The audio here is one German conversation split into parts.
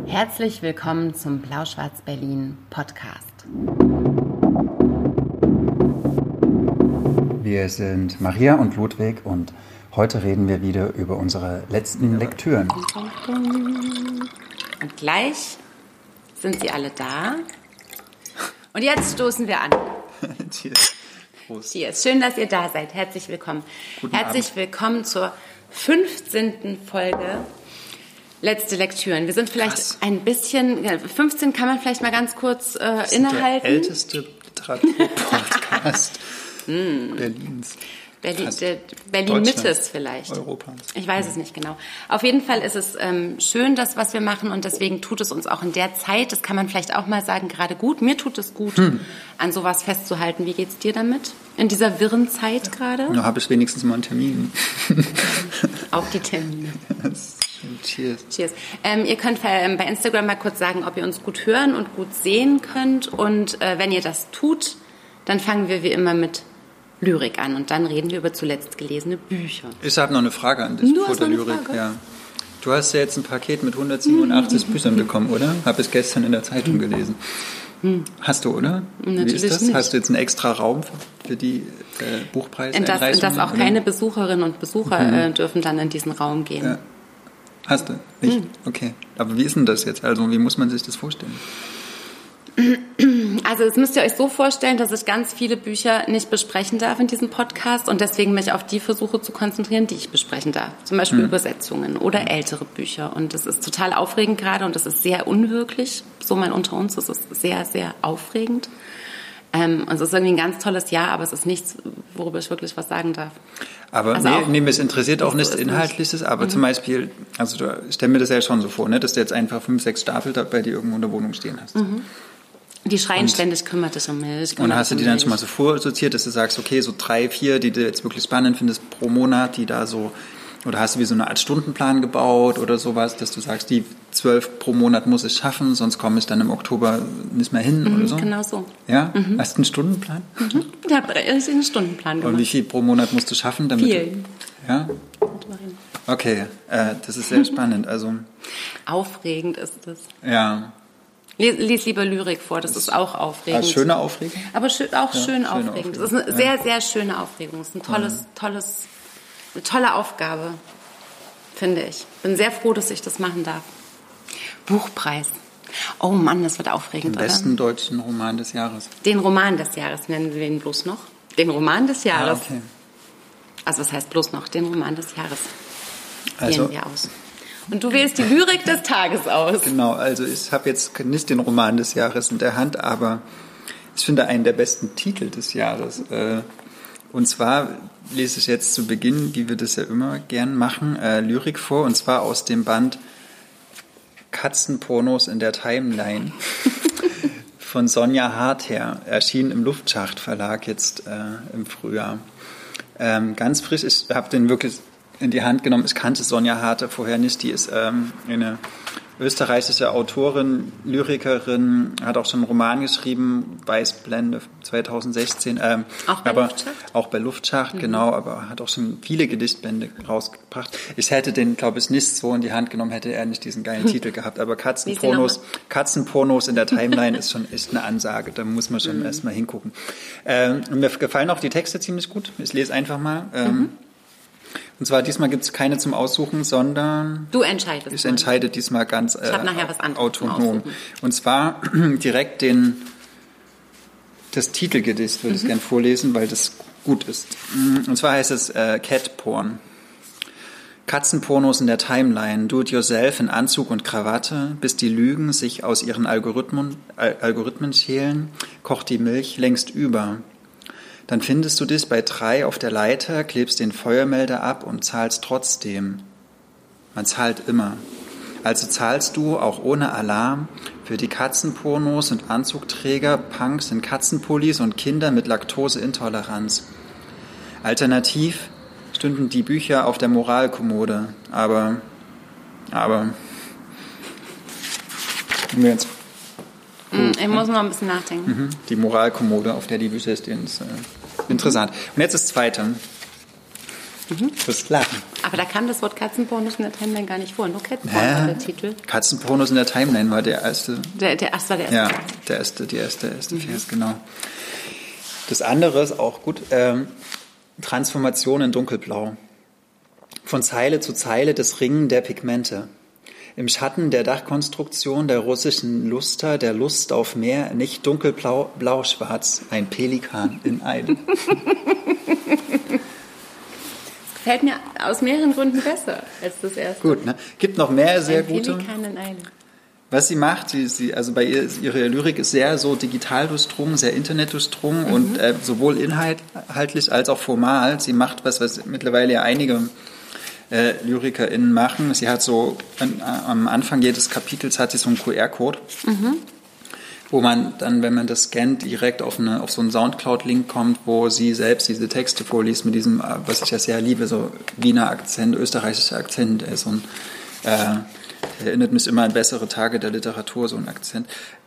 Herzlich willkommen zum Blau-Schwarz-Berlin Podcast. Wir sind Maria und Ludwig und heute reden wir wieder über unsere letzten Lektüren. Und gleich sind sie alle da. Und jetzt stoßen wir an. Cheers. Prost. Cheers. Schön, dass ihr da seid. Herzlich willkommen. Guten Herzlich Abend. willkommen zur 15. Folge. Letzte Lektüren. Wir sind vielleicht Krass. ein bisschen, 15 kann man vielleicht mal ganz kurz innehalten. Der älteste Literatur-Podcast Berlins. Berlin-Mittes vielleicht. Europas. Ich weiß es nicht genau. Auf jeden Fall ist es schön, das, was wir machen, und deswegen tut es uns auch in der Zeit, das kann man vielleicht auch mal sagen, gerade gut. Mir tut es gut, an sowas festzuhalten. Wie geht's dir damit? In dieser wirren Zeit gerade? Da habe ich wenigstens mal einen Termin. Auch die Termine. Cheers. Cheers. Ihr könnt bei Instagram mal kurz sagen, ob ihr uns gut hören und gut sehen könnt. Und wenn ihr das tut, dann fangen wir wie immer mit Lyrik an. Und dann reden wir über zuletzt gelesene Bücher. Ich habe noch eine Frage an dich Du vor hast der noch eine Lyrik. Frage? Ja. Du hast ja jetzt ein Paket mit 187 Büchern bekommen, oder? Habe ich gestern in der Zeitung gelesen. Hast du, oder? Natürlich Wie ist das? nicht. Hast du jetzt einen extra Raum für die Buchpreise? Und dass auch keine Besucherinnen und Besucher dürfen dann in diesen Raum gehen. Ja. Hast du? Nicht? Okay. Aber wie ist denn das jetzt? Also wie muss man sich das vorstellen? Also das müsst ihr euch so vorstellen, dass ich ganz viele Bücher nicht besprechen darf in diesem Podcast und deswegen mich auf die versuche zu konzentrieren, die ich besprechen darf. Zum Beispiel Übersetzungen oder ältere Bücher. Und das ist total aufregend gerade und das ist sehr unwirklich. So mal unter uns, das ist sehr, sehr aufregend. Und es ist irgendwie ein ganz tolles Jahr, aber es ist nichts, worüber ich wirklich was sagen darf. Aber Also mir interessiert auch nichts so ist Inhaltliches, aber zum Beispiel, also ich stelle mir das ja schon so vor, ne, dass du jetzt einfach 5, 6 Stapel da bei dir irgendwo in der Wohnung stehen hast. Die schreien ständig, kümmert dich um Milch. Und hast du die dann schon mal so vorsortiert, dass du sagst, okay, so 3, 4, die du jetzt wirklich spannend findest pro Monat, die da so, oder hast du wie so eine Art Stundenplan gebaut oder sowas, dass du sagst, die 12 pro Monat muss ich schaffen, sonst komme ich dann im Oktober nicht mehr hin oder so? Genau so. Ja? Hast du einen Stundenplan? Ich habe einen Stundenplan gemacht. Und wie viel pro Monat musst du schaffen? Damit Viel. Ja? Okay, das ist sehr spannend. Also, Aufregend ist es. ja. Lies lieber Lyrik vor, das ist auch aufregend. Schöne Aufregung? Aber schön schöne aufregend. Das ist Aufregung. eine sehr, sehr schöne Aufregung. Das ist eine tolle Aufgabe, finde ich. Bin sehr froh, dass ich das machen darf. Buchpreis. Oh Mann, das wird aufregend, Den besten deutschen Roman des Jahres. Den Roman des Jahres nennen wir ihn bloß noch. Den Roman des Jahres. Okay. Also was heißt bloß noch? Den Roman des Jahres Also, wählen wir aus. Und du wählst die Lyrik des Tages aus. genau, also ich habe jetzt nicht den Roman des Jahres in der Hand, aber ich finde einen der besten Titel des Jahres. Und zwar lese ich jetzt zu Beginn, wie wir das ja immer gern machen, Lyrik vor, und zwar aus dem Band Katzenpornos in der Timeline von Sonja Harther, erschienen im Luftschacht Verlag jetzt im Frühjahr. Ganz frisch, ich habe den wirklich in die Hand genommen. Ich kannte Sonja Harther vorher nicht. Die ist eine österreichische Autorin, Lyrikerin, hat auch schon einen Roman geschrieben, Weißblende 2016. Auch bei Luftschacht? Auch bei Luftschacht, genau, aber hat auch schon viele Gedichtbände rausgebracht. Ich hätte den, glaube ich, nicht so in die Hand genommen, hätte er nicht diesen geilen Titel gehabt. Aber Katzenpornos in der Timeline ist schon echt eine Ansage. Da muss man schon erstmal hingucken. Mir gefallen auch die Texte ziemlich gut. Ich lese einfach mal. Und zwar diesmal gibt es keine zum Aussuchen, sondern Du entscheidest. ich entscheide diesmal ganz Ich habe nachher was anderes zum autonom. Aussuchen. Und zwar direkt das Titelgedicht würde ich gerne vorlesen, weil das gut ist. Und zwar heißt es Cat Porn. Katzenpornos in der Timeline, do-it-yourself in Anzug und Krawatte, bis die Lügen sich aus ihren Algorithmen schälen, kocht die Milch längst über. Dann findest du dich bei 3 auf der Leiter, klebst den Feuermelder ab und zahlst trotzdem. Man zahlt immer. Also zahlst du auch ohne Alarm für die Katzenpornos und Anzugträger, Punks in Katzenpullis und Kinder mit Laktoseintoleranz. Alternativ stünden die Bücher auf der Moralkommode. Aber jetzt Ich muss noch ein bisschen nachdenken. die Moralkommode, auf der die Bücher stehen, ist interessant. Und jetzt das Zweite. Fürs Lachen. Aber da kam das Wort Katzenpornos in der Timeline gar nicht vor. Nur Catporn war der Titel. Katzenpornos in der Timeline war der erste. Das war der erste. Ja, die erste Vers, genau. Das andere ist auch gut. Transformation in dunkelblau. Von Zeile zu Zeile das Ringen der Pigmente. Im Schatten der Dachkonstruktion der russischen Luster, der Lust auf Meer, nicht dunkelblau, blau-schwarz, ein Pelikan in Eile. Gefällt mir aus mehreren Gründen besser als das erste. Gut, ne? Gibt noch mehr sehr gute. Pelikan in Eile. Was sie macht, also bei ihre Lyrik ist sehr so digital durchdrungen, sehr Internet durchdrungen und sowohl inhaltlich als auch formal. Sie macht was mittlerweile ja einige LyrikerInnen machen. Sie hat so am Anfang jedes Kapitels hat sie so einen QR-Code, wo man dann, wenn man das scannt, direkt auf so einen Soundcloud-Link kommt, wo sie selbst diese Texte vorliest mit diesem, was ich ja sehr liebe, so Wiener Akzent, österreichischer Akzent, erinnert mich immer an bessere Tage der Literatur, so ein Akzent.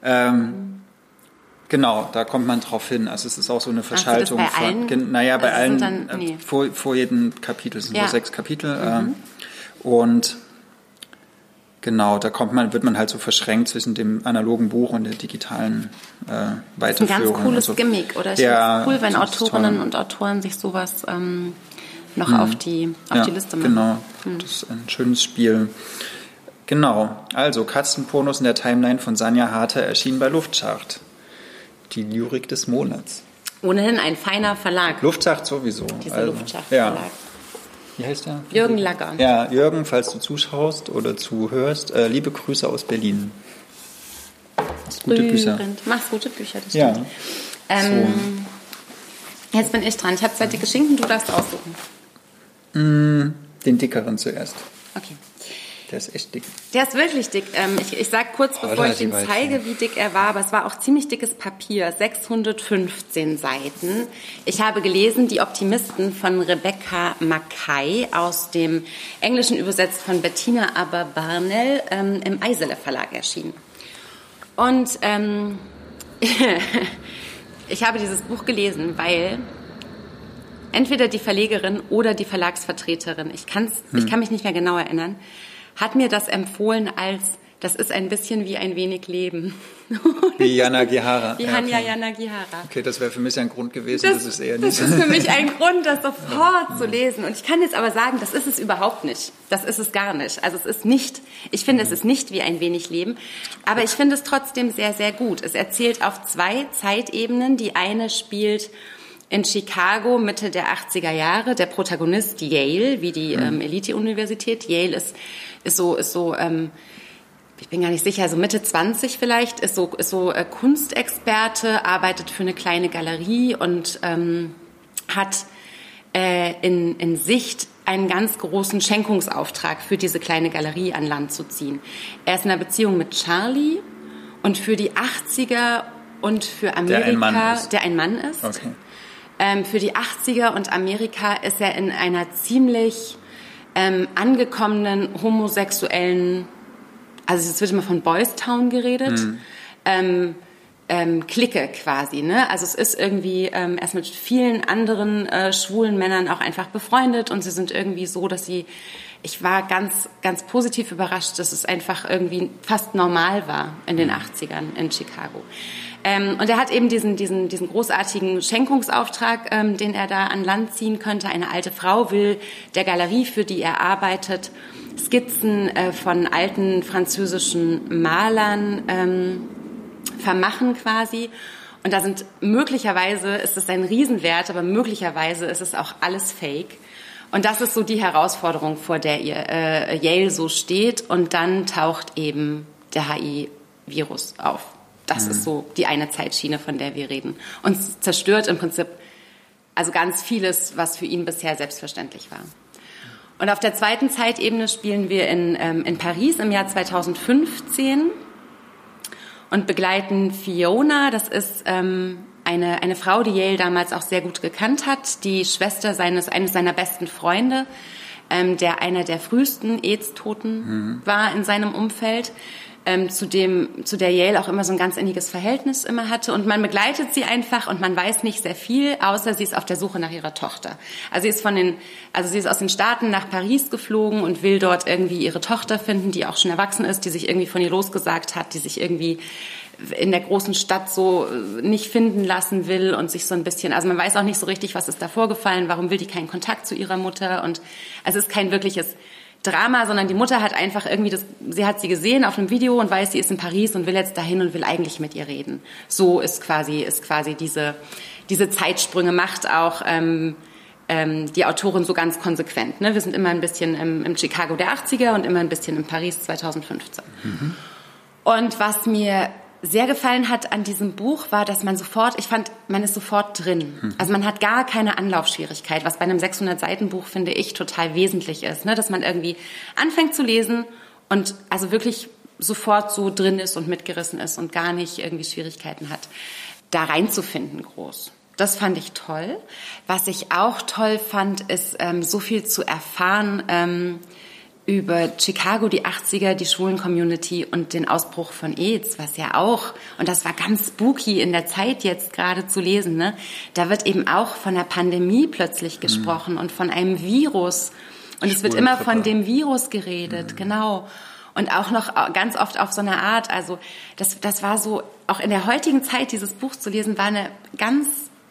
Genau, da kommt man drauf hin. Also es ist auch so eine Verschaltung bei allen, vor jedem Kapitel sind so 6 Kapitel. Und genau, da wird man halt so verschränkt zwischen dem analogen Buch und der digitalen Weiterführung. Das ist ein ganz cooles Gimmick, oder? Ich finde es cool, wenn Autorinnen und Autoren sich sowas noch auf die Liste machen. Genau, das ist ein schönes Spiel. Genau, also Katzenpornos in der Timeline von Sanja Harter erschien bei Luftschacht. Die Lyrik des Monats. Ohnehin ein feiner Verlag. Luftschacht sowieso. Dieser Luftschacht-Verlag. Ja. Wie heißt der? Jürgen Lagger. Ja, Jürgen, falls du zuschaust oder zuhörst, liebe Grüße aus Berlin. Machst gute Bücher. Machst gute Bücher, das stimmt. Jetzt bin ich dran. Ich habe 2 dicke Schinken, du darfst aussuchen. Den dickeren zuerst. Okay. Der ist echt dick. Der ist wirklich dick. Ich sage kurz, bevor ich ihn zeige, wie dick er war, aber es war auch ziemlich dickes Papier, 615 Seiten. Ich habe gelesen, Die Optimisten von Rebecca Mackay, aus dem Englischen übersetzt von Bettina Aber-Barnell, im Eisele Verlag erschienen. Und ich habe dieses Buch gelesen, weil entweder die Verlegerin oder die Verlagsvertreterin, ich kann mich nicht mehr genau erinnern, hat mir das empfohlen als, das ist ein bisschen wie ein wenig Leben. Wie Jana Gihara. Wie Hanya Jana Gihara. Okay, das wäre für mich ein Grund gewesen, das ist eher nicht. Das ist für mich ein Grund, das sofort zu lesen. Und ich kann jetzt aber sagen, das ist es überhaupt nicht. Das ist es gar nicht. Also ich finde, es ist nicht wie ein wenig Leben, aber ich finde es trotzdem sehr, sehr gut. Es erzählt auf 2 Zeitebenen. Die eine spielt in Chicago Mitte der 80er Jahre. Der Protagonist Yale, wie die Elite-Universität. Yale ist so, ich bin gar nicht sicher, so Mitte 20 vielleicht, ist so Kunstexperte, arbeitet für eine kleine Galerie und hat in Sicht einen ganz großen Schenkungsauftrag für diese kleine Galerie an Land zu ziehen. Er ist in einer Beziehung mit Charlie und für die 80er und für Amerika, der ein Mann ist. Okay. Für die 80er und Amerika ist er in einer ziemlich angekommenen homosexuellen, also es wird immer von Boys Town geredet, Clique quasi, ne? Also es ist irgendwie erst mit vielen anderen schwulen Männern auch einfach befreundet und sie sind irgendwie so, dass ich war ganz, ganz positiv überrascht, dass es einfach irgendwie fast normal war in den 80ern in Chicago. Und er hat eben diesen großartigen Schenkungsauftrag, den er da an Land ziehen könnte. Eine alte Frau will der Galerie, für die er arbeitet, Skizzen von alten französischen Malern vermachen quasi. Und da ist es ein Riesenwert, aber möglicherweise ist es auch alles Fake. Und das ist so die Herausforderung, vor der Yale so steht. Und dann taucht eben der HIV-Virus auf. Das ist so die eine Zeitschiene, von der wir reden. Und es zerstört im Prinzip also ganz vieles, was für ihn bisher selbstverständlich war. Und auf der zweiten Zeitebene spielen wir in Paris im Jahr 2015 und begleiten Fiona. Das ist eine Frau, die Yale damals auch sehr gut gekannt hat, die Schwester eines seiner besten Freunde, der einer der frühesten AIDS-Toten war in seinem Umfeld. zu der Yale auch immer so ein ganz inniges Verhältnis immer hatte. Und man begleitet sie einfach und man weiß nicht sehr viel, außer sie ist auf der Suche nach ihrer Tochter. Also sie ist aus den Staaten nach Paris geflogen und will dort irgendwie ihre Tochter finden, die auch schon erwachsen ist, die sich irgendwie von ihr losgesagt hat, die sich irgendwie in der großen Stadt so nicht finden lassen will und sich so ein bisschen, also man weiß auch nicht so richtig, was ist da vorgefallen, warum will die keinen Kontakt zu ihrer Mutter, und also es ist kein wirkliches Drama, sondern die Mutter hat einfach irgendwie sie hat sie gesehen auf einem Video und weiß, sie ist in Paris und will jetzt dahin und will eigentlich mit ihr reden. So ist quasi diese Zeitsprünge macht auch die Autorin so ganz konsequent. Ne? Wir sind immer ein bisschen im Chicago der 80er und immer ein bisschen in Paris 2015. Mhm. Und was mir sehr gefallen hat an diesem Buch war, dass man ist sofort drin. Also man hat gar keine Anlaufschwierigkeit, was bei einem 600-Seiten-Buch, finde ich, total wesentlich ist. Ne? Dass man irgendwie anfängt zu lesen und also wirklich sofort so drin ist und mitgerissen ist und gar nicht irgendwie Schwierigkeiten hat, da reinzufinden groß. Das fand ich toll. Was ich auch toll fand, ist so viel zu erfahren über Chicago, die 80er, die Schwulen-Community und den Ausbruch von AIDS, was ja auch, und das war ganz spooky in der Zeit jetzt gerade zu lesen, ne? Da wird eben auch von der Pandemie plötzlich gesprochen und von einem Virus. Und es wird immer von dem Virus geredet, genau. Und auch noch ganz oft auf so eine Art, also das war so, auch in der heutigen Zeit dieses Buch zu lesen, war eine ganz,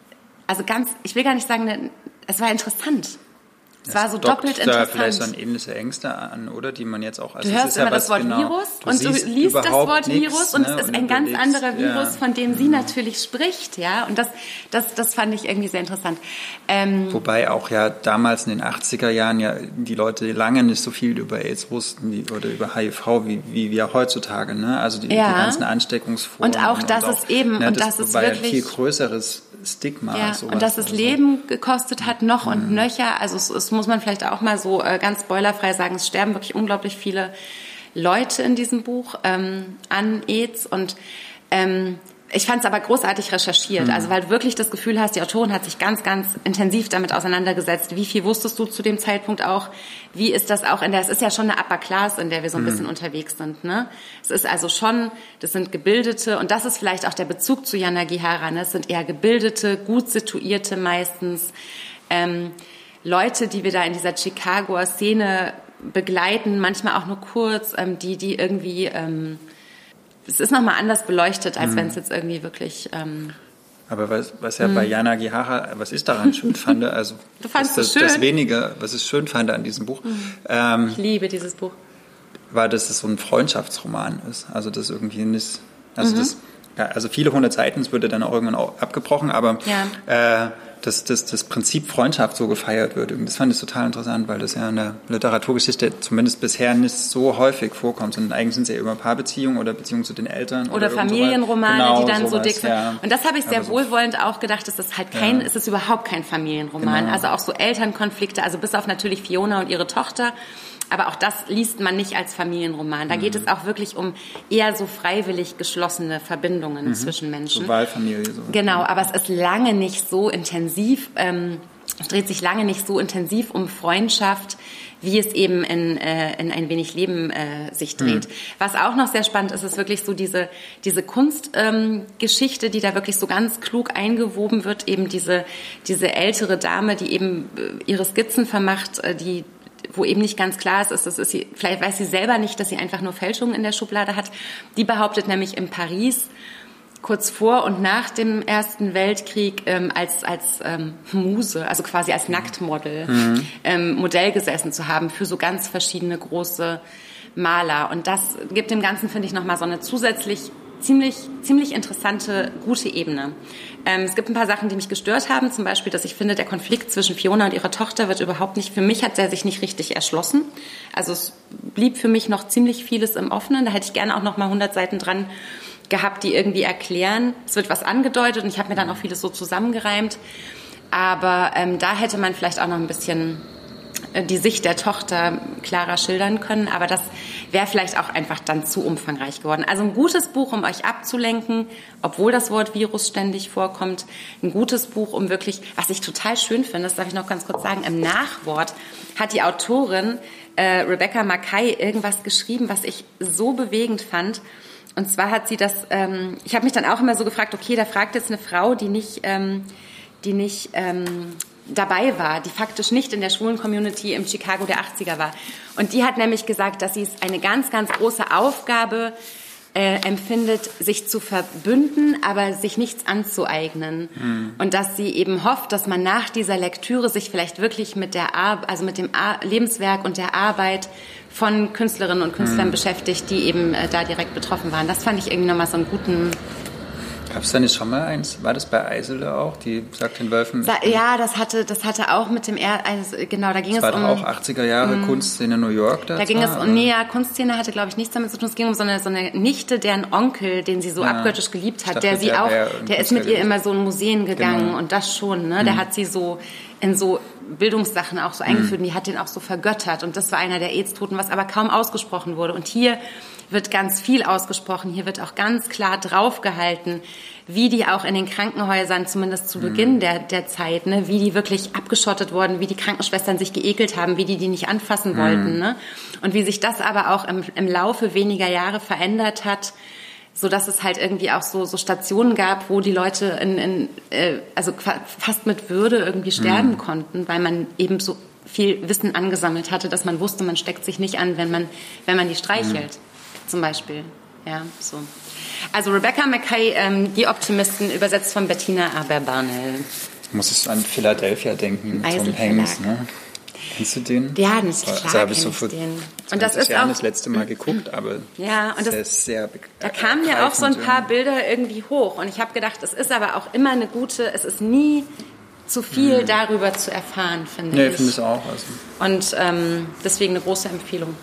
ich will gar nicht sagen, es war interessant. Es war so doppelt interessant. Da vielleicht so ein ähnliche Ängste an, oder? Die man jetzt auch... Also du hörst immer das Wort Virus und du liest das Wort Virus und es ist ein ganz anderer Virus, von dem sie natürlich spricht, ja. Und das fand ich irgendwie sehr interessant. Wobei auch ja damals in den 80er Jahren ja die Leute lange nicht so viel über AIDS wussten oder über HIV wie wir heutzutage, ne? Also die ganzen Ansteckungsformen. Und auch, dass es eben... Ne, und das ist war wirklich... ein viel größeres Stigma. Ja, sowas. und dass es Leben gekostet hat, noch und nöcher. Also es muss man vielleicht auch mal so ganz spoilerfrei sagen, es sterben wirklich unglaublich viele Leute in diesem Buch an AIDS. Und ich fand es aber großartig recherchiert. Also weil du wirklich das Gefühl hast, die Autorin hat sich ganz, ganz intensiv damit auseinandergesetzt. Wie viel wusstest du zu dem Zeitpunkt auch? Wie ist das auch es ist ja schon eine Upper Class, in der wir so ein bisschen unterwegs sind, ne? Es ist also schon, das sind Gebildete, und das ist vielleicht auch der Bezug zu Yanagihara, ne? Es sind eher Gebildete, gut situierte meistens, Leute, die wir da in dieser Chicagoer Szene begleiten, manchmal auch nur kurz, die irgendwie, es ist nochmal anders beleuchtet, als wenn es jetzt irgendwie wirklich... Aber was ja bei Yanagihara, was ich daran schön fand, also du fandst das Wenige, was ich schön fand an diesem Buch, ich liebe dieses Buch, war, dass es so ein Freundschaftsroman ist. Also das irgendwie nicht, also viele 100 Seiten, es würde dann auch irgendwann auch abgebrochen, aber dass das Prinzip Freundschaft so gefeiert wird. Das fand ich total interessant, weil das ja in der Literaturgeschichte zumindest bisher nicht so häufig vorkommt. Und eigentlich sind es ja immer Paarbeziehungen oder Beziehungen zu den Eltern. Oder Familienromane, die dann sowas, so dick sind. Ja. Und das habe ich sehr wohlwollend auch gedacht, es ist halt es ist überhaupt kein Familienroman. Genau. Also auch so Elternkonflikte, also bis auf natürlich Fiona und ihre Tochter. Aber auch das liest man nicht als Familienroman. Da geht es auch wirklich um eher so freiwillig geschlossene Verbindungen zwischen Menschen. So Wahlfamilie. So. Genau, aber es ist lange nicht so intensiv, es dreht sich lange nicht so intensiv um Freundschaft, wie es eben in Ein wenig Leben sich dreht. Was auch noch sehr spannend ist, ist wirklich so diese Kunstgeschichte, die da wirklich so ganz klug eingewoben wird, eben diese ältere Dame, die eben ihre Skizzen vermacht, wo eben nicht ganz klar ist, vielleicht weiß sie selber nicht, dass sie einfach nur Fälschungen in der Schublade hat. Die behauptet nämlich in Paris kurz vor und nach dem Ersten Weltkrieg als Muse, also quasi als Nacktmodel, Modell gesessen zu haben für so ganz verschiedene große Maler. Und das gibt dem Ganzen, finde ich, nochmal so eine zusätzlich ziemlich interessante, gute Ebene. Es gibt ein paar Sachen, die mich gestört haben, zum Beispiel, dass ich finde, der Konflikt zwischen Fiona und ihrer Tochter wird überhaupt nicht, für mich hat der sich nicht richtig erschlossen. Also es blieb für mich noch ziemlich vieles im Offenen. Da hätte ich gerne auch noch mal 100 Seiten dran gehabt, die irgendwie erklären. Es wird was angedeutet und ich habe mir dann auch vieles so zusammengereimt. Aber da hätte man vielleicht auch noch ein bisschen die Sicht der Tochter klarer schildern können. Aber das wäre vielleicht auch einfach dann zu umfangreich geworden. Also ein gutes Buch, um euch abzulenken, obwohl das Wort Virus ständig vorkommt. Ein gutes Buch, um wirklich, was ich total schön finde, das darf ich noch ganz kurz sagen, im Nachwort hat die Autorin Rebecca Mackay irgendwas geschrieben, was ich so bewegend fand. Und zwar hat sie das, ich habe mich dann auch immer so gefragt, okay, da fragt jetzt eine Frau, die nicht dabei war, die faktisch nicht in der schwulen Community im Chicago der 80er war. Und die hat nämlich gesagt, dass sie es eine ganz, ganz große Aufgabe empfindet, sich zu verbünden, aber sich nichts anzueignen. Und dass sie eben hofft, dass man nach dieser Lektüre sich vielleicht wirklich mit dem Lebenswerk und der Arbeit von Künstlerinnen und Künstlern beschäftigt, die eben da direkt betroffen waren. Das fand ich irgendwie nochmal so einen guten... Gab es da nicht schon mal eins? War das bei Eisele auch? Die sagt den Wölfen... Ja, das hatte auch mit dem... genau, da ging es um... Das war doch auch 80er Jahre Kunstszene New York. Da ging es um... Nee, ja, Kunstszene hatte, glaube ich, nichts damit zu tun. Es ging um so eine Nichte, deren Onkel, den sie so abgöttisch geliebt hat, der ist mit ihr immer so in Museen gegangen und das schon, ne? Der hat sie so in so Bildungssachen auch so eingeführt und die hat den auch so vergöttert und das war einer der AIDS-Toten, was aber kaum ausgesprochen wurde. Und hier wird ganz viel ausgesprochen, hier wird auch ganz klar draufgehalten, wie die auch in den Krankenhäusern, zumindest zu Beginn der Zeit, ne, wie die wirklich abgeschottet wurden, wie die Krankenschwestern sich geekelt haben, wie die nicht anfassen wollten. Ne? Und wie sich das aber auch im Laufe weniger Jahre verändert hat, so dass es halt irgendwie auch so Stationen gab, wo die Leute also fast mit Würde irgendwie sterben konnten, weil man eben so viel Wissen angesammelt hatte, dass man wusste, man steckt sich nicht an, wenn man die streichelt, zum Beispiel. Ja, so. Also Rebecca Mackay, Die Optimisten, übersetzt von Bettina Aber-Barnell. Muss ich an Philadelphia denken, Tom Hanks, ne? Kennst du den? Ja, das ist klar, habe ich so vor und das ist Jahren auch das letzte Mal geguckt, aber ja, und das ist sehr da kamen ja auch so ein paar Bilder irgendwie hoch und ich habe gedacht, es ist aber auch immer es ist nie zu viel darüber zu erfahren, finde ich. Nee, finde ich auch. Also. Und deswegen eine große Empfehlung.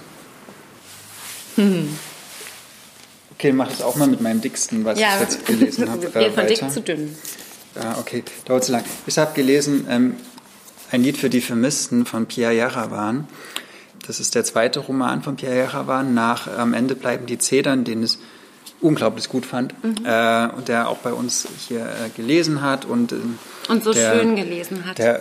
Okay, mach ich auch mal mit meinem dicksten, was ich jetzt gelesen habe. Wir von dick zu dünn. Ja, okay, dauert zu lang. Ich habe gelesen, ein Lied für die Vermissten von Pierre Jarawan. Das ist der zweite Roman von Pierre Jarawan. Nach Am Ende bleiben die Zedern, den ich unglaublich gut fand. Und der auch bei uns hier gelesen hat. Und so schön gelesen hat. Der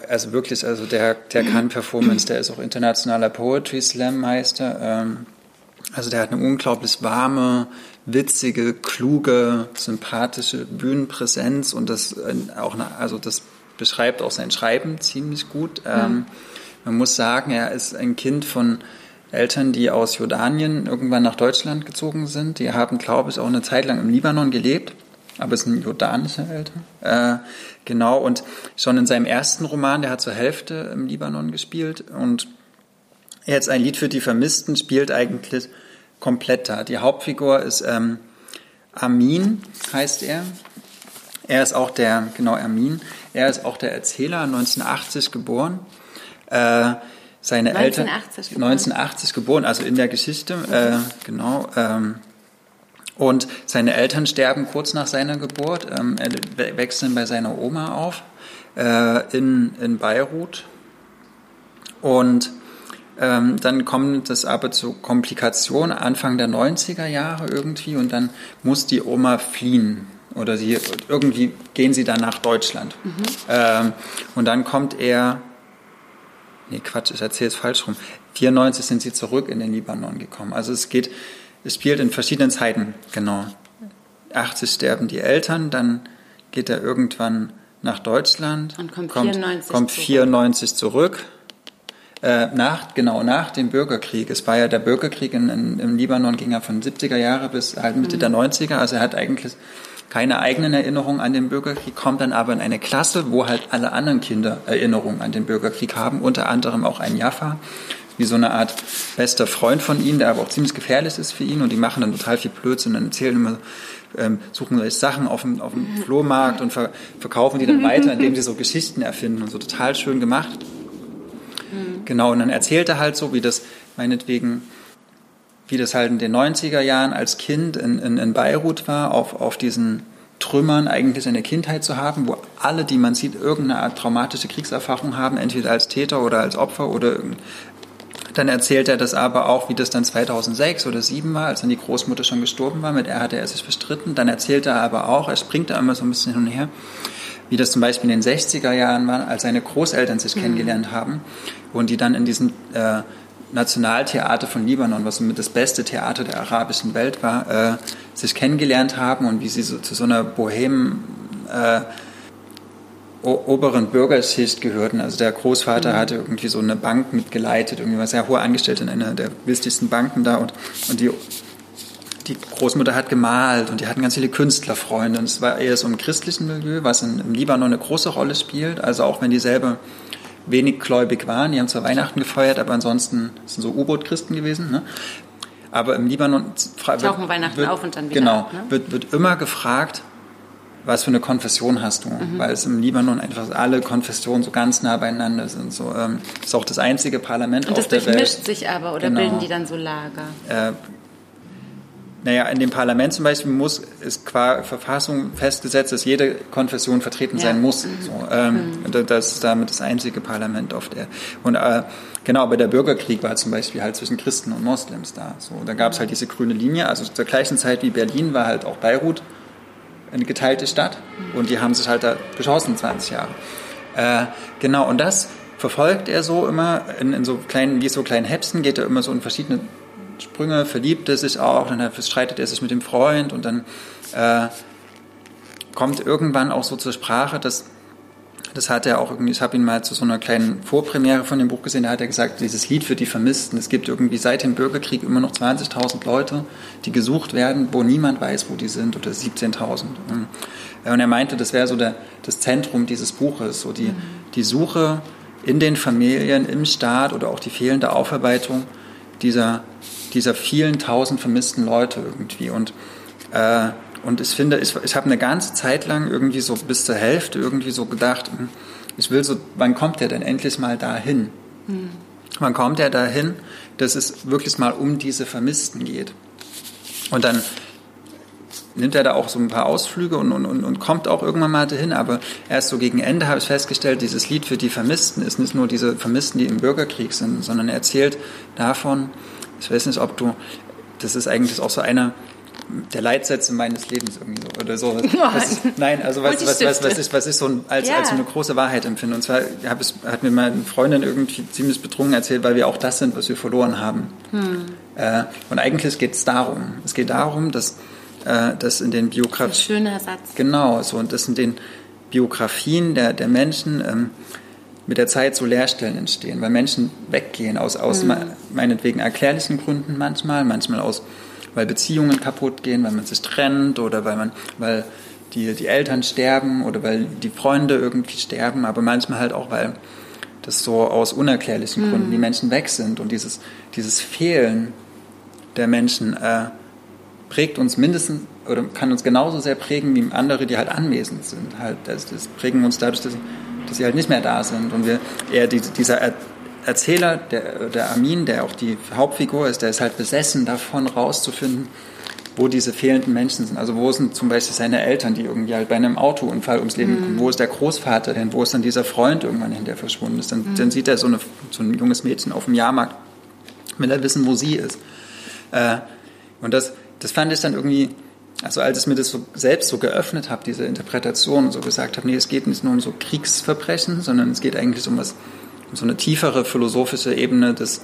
kann Performance, der ist auch internationaler Poetry Slam Meister. Also der hat eine unglaublich warme, witzige, kluge, sympathische Bühnenpräsenz und das beschreibt auch sein Schreiben ziemlich gut. Man muss sagen, er ist ein Kind von Eltern, die aus Jordanien irgendwann nach Deutschland gezogen sind. Die haben, glaube ich, auch eine Zeit lang im Libanon gelebt, aber es sind jordanische Eltern. Genau, und schon in seinem ersten Roman, der hat zur Hälfte im Libanon gespielt und jetzt ein Lied für die Vermissten spielt eigentlich komplett da. Die Hauptfigur ist Amin, heißt er. Er ist auch Amin. Er ist auch der Erzähler, 1980 geboren. Seine Eltern 1980 geboren, also in der Geschichte, genau. Und seine Eltern sterben kurz nach seiner Geburt. Er wächst dann bei seiner Oma auf in Beirut. Und dann kommt es aber zu Komplikationen Anfang der 90er Jahre irgendwie und dann muss die Oma fliehen oder irgendwie gehen sie dann nach Deutschland. Und dann kommt ich erzähle es falsch rum. 94 sind sie zurück in den Libanon gekommen. Also es spielt in verschiedenen Zeiten, genau. 80 sterben die Eltern, dann geht er irgendwann nach Deutschland und kommt 94 zurück. Nach dem Bürgerkrieg. Es war ja der Bürgerkrieg im Libanon, ging ja von 70er Jahre bis halt Mitte der 90er. Also er hat eigentlich keine eigenen Erinnerungen an den Bürgerkrieg, kommt dann aber in eine Klasse, wo halt alle anderen Kinder Erinnerungen an den Bürgerkrieg haben, unter anderem auch ein Jaffa, wie so eine Art bester Freund von ihm, der aber auch ziemlich gefährlich ist für ihn und die machen dann total viel Blödsinn und erzählen immer, suchen sich Sachen auf dem Flohmarkt und verkaufen die dann weiter, indem sie so Geschichten erfinden und so total schön gemacht. Genau, und dann erzählt er halt so, wie das halt in den 90er Jahren als Kind in Beirut war, auf diesen Trümmern eigentlich seine Kindheit zu haben, wo alle, die man sieht, irgendeine Art traumatische Kriegserfahrung haben, entweder als Täter oder als Opfer oder dann erzählt er das aber auch, wie das dann 2006 oder 2007 war, als dann die Großmutter schon gestorben war, mit der hatte er sich verstritten. Dann erzählt er aber auch, er springt da immer so ein bisschen hin und her, wie das zum Beispiel in den 60er Jahren war, als seine Großeltern sich kennengelernt haben und die dann in diesem Nationaltheater von Libanon, was somit das beste Theater der arabischen Welt war, sich kennengelernt haben und wie sie so zu so einer bohemen oberen Bürgerschicht gehörten. Also der Großvater hatte irgendwie so eine Bank mitgeleitet, irgendwie war sehr hohe Angestellte in einer der wichtigsten Banken da und die Großmutter hat gemalt und die hatten ganz viele Künstlerfreunde und es war eher so im christlichen Milieu, was im Libanon eine große Rolle spielt, also auch wenn die selber wenig gläubig waren, die haben zwar Weihnachten gefeiert, aber ansonsten sind so U-Boot-Christen gewesen, ne? Aber im Libanon tauchen Weihnachten auf und dann wieder genau, ab, ne? wird immer gefragt, was für eine Konfession hast du? Weil es im Libanon einfach alle Konfessionen so ganz nah beieinander sind. So, ist auch das einzige Parlament und auf der Welt. Und das durchmischt sich aber, oder bilden die dann so Lager? Naja, in dem Parlament zum Beispiel ist qua Verfassung festgesetzt, dass jede Konfession vertreten sein muss. So, das ist damit das einzige Parlament auf der. Und genau, aber der Bürgerkrieg war zum Beispiel halt zwischen Christen und Moslems da. So, da gab es halt diese grüne Linie. Also zur gleichen Zeit wie Berlin war halt auch Beirut eine geteilte Stadt und die haben sich halt da beschossen 20 Jahre. Genau, und das verfolgt er so immer in so kleinen, wie so kleinen Häppchen, geht er immer so in verschiedene Sprünge, verliebt er sich auch, dann streitet er sich mit dem Freund und dann kommt irgendwann auch so zur Sprache, das hat er auch irgendwie, ich habe ihn mal zu so einer kleinen Vorpremiere von dem Buch gesehen, da hat er gesagt, dieses Lied für die Vermissten, es gibt irgendwie seit dem Bürgerkrieg immer noch 20.000 Leute, die gesucht werden, wo niemand weiß, wo die sind, oder 17.000. Und er meinte, das wäre so das Zentrum dieses Buches, so die Suche in den Familien, im Staat oder auch die fehlende Aufarbeitung dieser vielen tausend vermissten Leute irgendwie. Und ich finde, ich habe eine ganze Zeit lang irgendwie so bis zur Hälfte irgendwie so gedacht, ich will so, wann kommt der denn endlich mal dahin? Wann kommt er dahin, dass es wirklich mal um diese Vermissten geht? Und dann nimmt er da auch so ein paar Ausflüge und kommt auch irgendwann mal dahin, aber erst so gegen Ende habe ich festgestellt, dieses Lied für die Vermissten ist nicht nur diese Vermissten, die im Bürgerkrieg sind, sondern er erzählt davon, ich weiß nicht, das ist eigentlich auch so einer der Leitsätze meines Lebens irgendwie so oder so. Was ich so als so eine große Wahrheit empfinde. Und zwar hat mir meine Freundin irgendwie ziemlich betrunken erzählt, weil wir auch das sind, was wir verloren haben. Und eigentlich geht es darum. Es geht darum, dass in den Biografien... Schöner Satz. Genau, so, und dass in den Biografien der Menschen mit der Zeit so Leerstellen entstehen, weil Menschen weggehen aus meinetwegen erklärlichen Gründen manchmal weil Beziehungen kaputt gehen, weil man sich trennt oder weil die Eltern sterben oder weil die Freunde irgendwie sterben, aber manchmal halt auch, weil das so aus unerklärlichen Gründen die Menschen weg sind und dieses Fehlen der Menschen prägt uns mindestens oder kann uns genauso sehr prägen wie andere, die halt anwesend sind. Halt, das prägen uns dadurch, dass sie halt nicht mehr da sind und dieser Erzähler, der Amin, der auch die Hauptfigur ist, der ist halt besessen davon rauszufinden, wo diese fehlenden Menschen sind. Also wo sind zum Beispiel seine Eltern, die irgendwie halt bei einem Autounfall ums Leben kommen, wo ist der Großvater denn, wo ist dann dieser Freund irgendwann hin, der verschwunden ist. Dann sieht er so ein junges Mädchen auf dem Jahrmarkt, will er wissen, wo sie ist. Und das fand ich dann irgendwie, also als ich mir das so selbst so geöffnet habe, diese Interpretation und so gesagt habe, nee, es geht nicht nur um so Kriegsverbrechen, sondern es geht eigentlich um so eine tiefere philosophische Ebene des,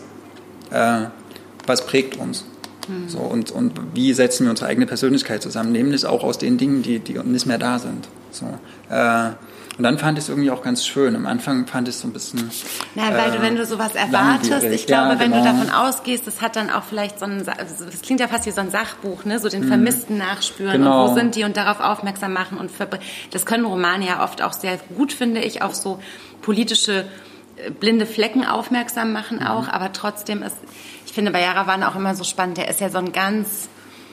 was prägt uns. So, und wie setzen wir unsere eigene Persönlichkeit zusammen, nämlich auch aus den Dingen, die nicht mehr da sind. So, und dann fand ich es irgendwie auch ganz schön. Am Anfang fand ich es so ein bisschen weil wenn du sowas erwartest, ich glaube, wenn du davon ausgehst, das hat dann auch vielleicht das klingt ja fast wie so ein Sachbuch, ne? So den Vermissten nachspüren und wo sind die und darauf aufmerksam machen. Und das können Romane ja oft auch sehr gut, finde ich, auf so politische blinde Flecken aufmerksam machen auch, aber trotzdem ich finde, bei Yaravan auch immer so spannend, der ist ja so ein ganz,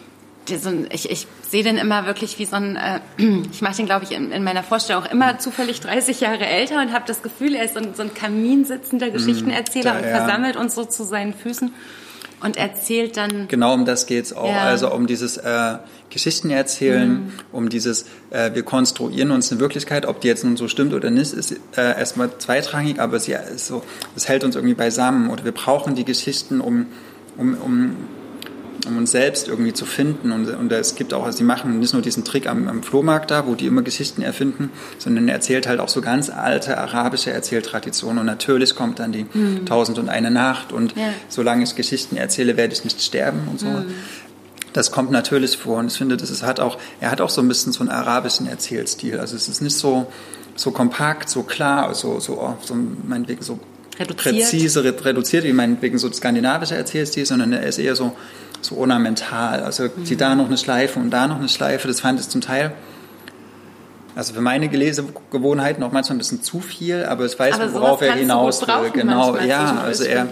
ich sehe den immer wirklich wie so ein, ich mache den, glaube ich, in meiner Vorstellung auch immer zufällig 30 Jahre älter und habe das Gefühl, er ist so ein kaminsitzender Geschichtenerzähler und versammelt uns so zu seinen Füßen. Und erzählt dann... Genau, um das geht's auch. Ja. Also um dieses Geschichten erzählen, um dieses, wir konstruieren uns eine Wirklichkeit, ob die jetzt nun so stimmt oder nicht, ist erstmal zweitrangig, aber es hält uns irgendwie beisammen. Oder wir brauchen die Geschichten, um uns selbst irgendwie zu finden. Und es gibt auch, also die machen nicht nur diesen Trick am Flohmarkt da, wo die immer Geschichten erfinden, sondern er erzählt halt auch so ganz alte arabische Erzähltraditionen. Und natürlich kommt dann die 1001 Nacht und solange ich Geschichten erzähle, werde ich nicht sterben und so. Das kommt natürlich vor. Und ich finde, er hat auch so ein bisschen so einen arabischen Erzählstil. Also es ist nicht so kompakt, so klar, so meinetwegen so präzise, reduziert, wie meinetwegen so skandinavischer Erzählstil, sondern er ist eher so ornamental. Also da noch eine Schleife und da noch eine Schleife. Das fand ich zum Teil, also für meine Lesegewohnheiten auch manchmal ein bisschen zu viel, aber ich weiß, worauf er hinaus will. Genau, ja, also er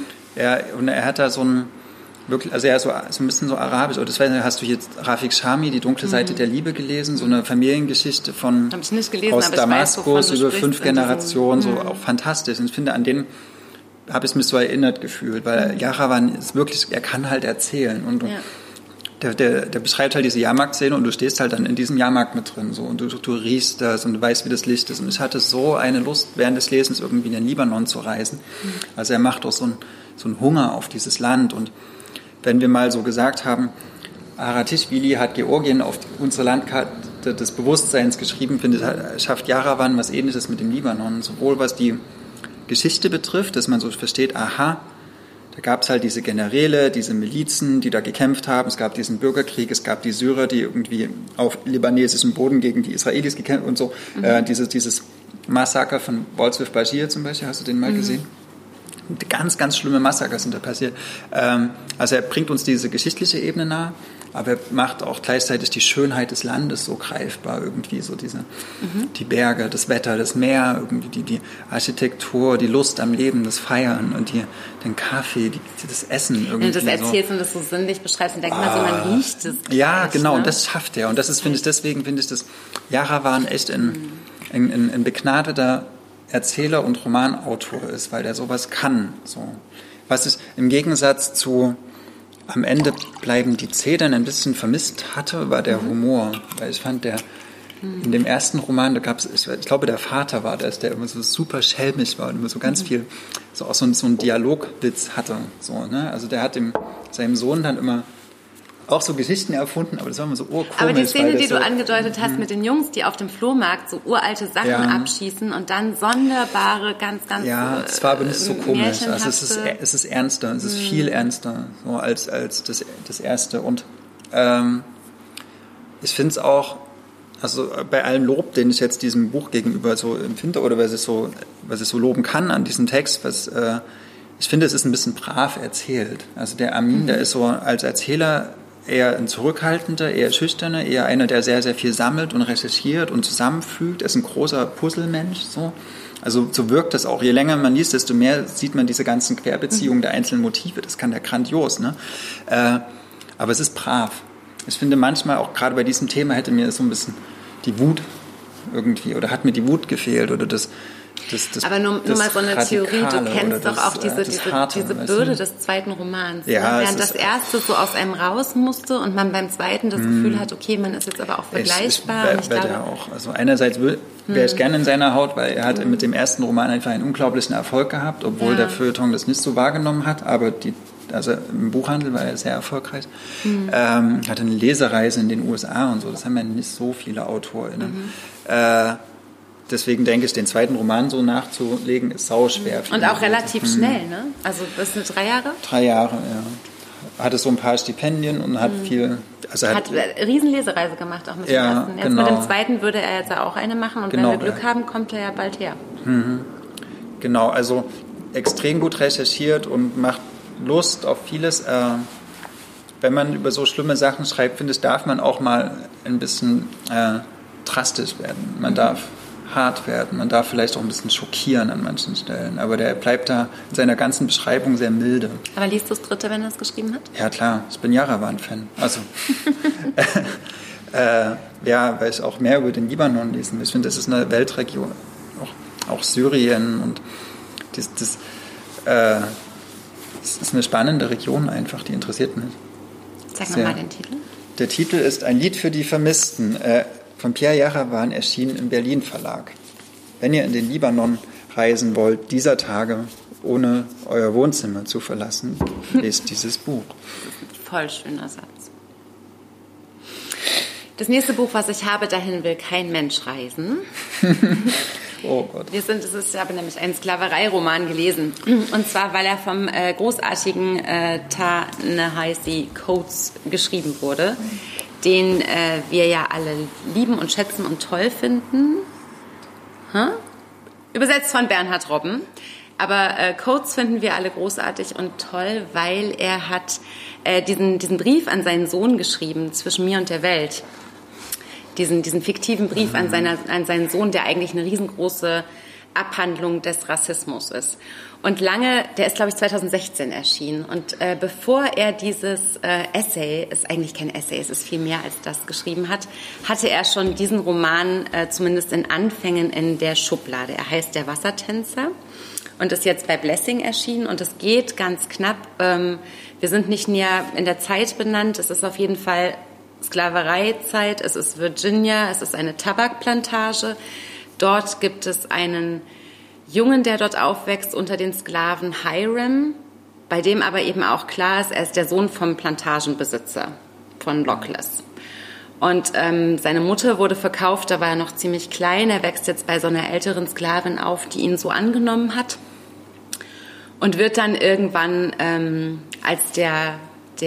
hat da so ein wirklich, also er ist so ein bisschen so arabisch. Oder das hast du jetzt Rafik Shami, Die dunkle Seite der Liebe gelesen, so eine Familiengeschichte von hab ich nicht gelesen, aus aber Damaskus ich weiß, über 5 Generationen, so auch fantastisch. Und ich finde, an den habe ich mich so erinnert gefühlt, weil Yaravan ist wirklich, er kann halt erzählen und der beschreibt halt diese Jahrmarktszene und du stehst halt dann in diesem Jahrmarkt mit drin so und du riechst das und du weißt, wie das Licht ist. Und ich hatte so eine Lust, während des Lesens irgendwie in den Libanon zu reisen. Also er macht auch so einen Hunger auf dieses Land. Und wenn wir mal so gesagt haben, Aratischvili hat Georgien auf unsere Landkarte des Bewusstseins geschrieben, schafft Yaravan was Ähnliches mit dem Libanon, sowohl was die Geschichte betrifft, dass man so versteht, aha, da gab es halt diese Generäle, diese Milizen, die da gekämpft haben, es gab diesen Bürgerkrieg, es gab die Syrer, die irgendwie auf libanesischem Boden gegen die Israelis gekämpft und so. Dieses Massaker von Wolfswolf Bashir zum Beispiel, hast du den mal gesehen? Ganz, ganz schlimme Massaker sind da passiert. Also er bringt uns diese geschichtliche Ebene nahe, aber er macht auch gleichzeitig die Schönheit des Landes so greifbar, irgendwie so die Berge, das Wetter, das Meer, irgendwie die Architektur, die Lust am Leben, das Feiern und den Kaffee, das Essen irgendwie. Wenn du das erzählst und das so sinnlich beschreibst, dann denkt man so, man riecht es. Ja, genau, ne? Und das schafft er. Und das ist, deswegen finde ich, dass Yaravan echt ein begnadeter Erzähler und Romanautor ist, weil der sowas kann. So. Was ich im Gegensatz zu am Ende bleiben die Zedern ein bisschen vermisst hatte, war der Humor. Weil ich fand, in dem ersten Roman, da gab es, ich glaube, der Vater war das, der immer so super schelmisch war und immer so ganz viel, so auch so einen Dialogwitz hatte. So, ne? Also der hat seinem Sohn dann immer auch so Geschichten erfunden, aber das war immer so urkomisch. Aber die Szene, die du angedeutet hast mit den Jungs, die auf dem Flohmarkt so uralte Sachen abschießen und dann sonderbare, ganz, ganz ja, es war aber nicht so komisch. Also es ist ernster, es ist viel ernster so als das erste. Und ich finde es auch, also bei allem Lob, den ich jetzt diesem Buch gegenüber so empfinde oder was ich so loben kann an diesem Text, ich finde, es ist ein bisschen brav erzählt. Also der Amin, der ist so als Erzähler eher ein zurückhaltender, eher schüchterner, eher einer, der sehr, sehr viel sammelt und recherchiert und zusammenfügt. Er ist ein großer Puzzlemensch. So. Also so wirkt das auch. Je länger man liest, desto mehr sieht man diese ganzen Querbeziehungen der einzelnen Motive. Das kann der grandios. Ne? Aber es ist brav. Ich finde manchmal, auch gerade bei diesem Thema, hätte mir so ein bisschen die Wut irgendwie, oder hat mir die Wut gefehlt oder das aber nur mal so eine Theorie, du kennst doch auch diese Bürde des zweiten Romans. Ja, ne? Während das erste so aus einem raus musste und man beim zweiten das Gefühl hat, okay, man ist jetzt aber auch vergleichbar. Ich glaube, auch. Also einerseits wäre ich gerne in seiner Haut, weil er hat mit dem ersten Roman einfach einen unglaublichen Erfolg gehabt, obwohl der Feuilleton das nicht so wahrgenommen hat, aber also im Buchhandel war er sehr erfolgreich. Hatte eine Lesereise in den USA und so, das haben ja nicht so viele AutorInnen. Deswegen denke ich, den zweiten Roman so nachzulegen, ist sauschwer. Und auch relativ schnell, ne? Also das sind 3 Jahre? 3 Jahre, ja. Hatte so ein paar Stipendien und hat viel... Also hat riesen Lesereise gemacht, auch mit dem ersten. Jetzt mit dem zweiten würde er jetzt auch eine machen und wenn wir Glück haben, kommt er ja bald her. Genau, also extrem gut recherchiert und macht Lust auf vieles. Wenn man über so schlimme Sachen schreibt, finde ich, darf man auch mal ein bisschen drastisch werden. Man darf hart werden, man darf vielleicht auch ein bisschen schockieren an manchen Stellen, aber der bleibt da in seiner ganzen Beschreibung sehr milde. Aber liest du das dritte, wenn er es geschrieben hat? Ja klar, ich bin Yaravan-Fan. Also weil ich auch mehr über den Libanon lesen will. Ich finde, das ist eine Weltregion, auch Syrien und Es ist eine spannende Region einfach, die interessiert mich. Sag nochmal den Titel. Der Titel ist Ein Lied für die Vermissten, von Pierre Jarawan, erschienen im Berlin Verlag. Wenn ihr in den Libanon reisen wollt, dieser Tage, ohne euer Wohnzimmer zu verlassen, lest dieses Buch. Voll schöner Satz. Das nächste Buch, was ich habe, dahin will kein Mensch reisen. Oh Gott. Ich habe nämlich einen Sklavereiroman gelesen. Und zwar, weil er vom großartigen Ta-Nehisi Coates geschrieben wurde, den wir ja alle lieben und schätzen und toll finden. Übersetzt von Bernhard Robben. Aber Coates finden wir alle großartig und toll, weil er hat diesen Brief an seinen Sohn geschrieben, Zwischen mir und der Welt. Diesen fiktiven Brief an seinen Sohn, der eigentlich eine riesengroße Abhandlung des Rassismus ist. Und der ist, glaube ich, 2016 erschienen. Und bevor er dieses Essay, ist eigentlich kein Essay, es ist viel mehr als das, geschrieben hat, hatte er schon diesen Roman zumindest in Anfängen in der Schublade. Er heißt Der Wassertänzer und ist jetzt bei Blessing erschienen. Und es geht ganz knapp, wir sind nicht näher in der Zeit benannt, es ist auf jeden Fall Sklavereizeit, es ist Virginia, es ist eine Tabakplantage. Dort gibt es einen Jungen, der dort aufwächst unter den Sklaven Hiram, bei dem aber eben auch klar ist, er ist der Sohn vom Plantagenbesitzer von Lockless. Und seine Mutter wurde verkauft, da war er noch ziemlich klein. Er wächst jetzt bei so einer älteren Sklavin auf, die ihn so angenommen hat. Und wird dann irgendwann, als der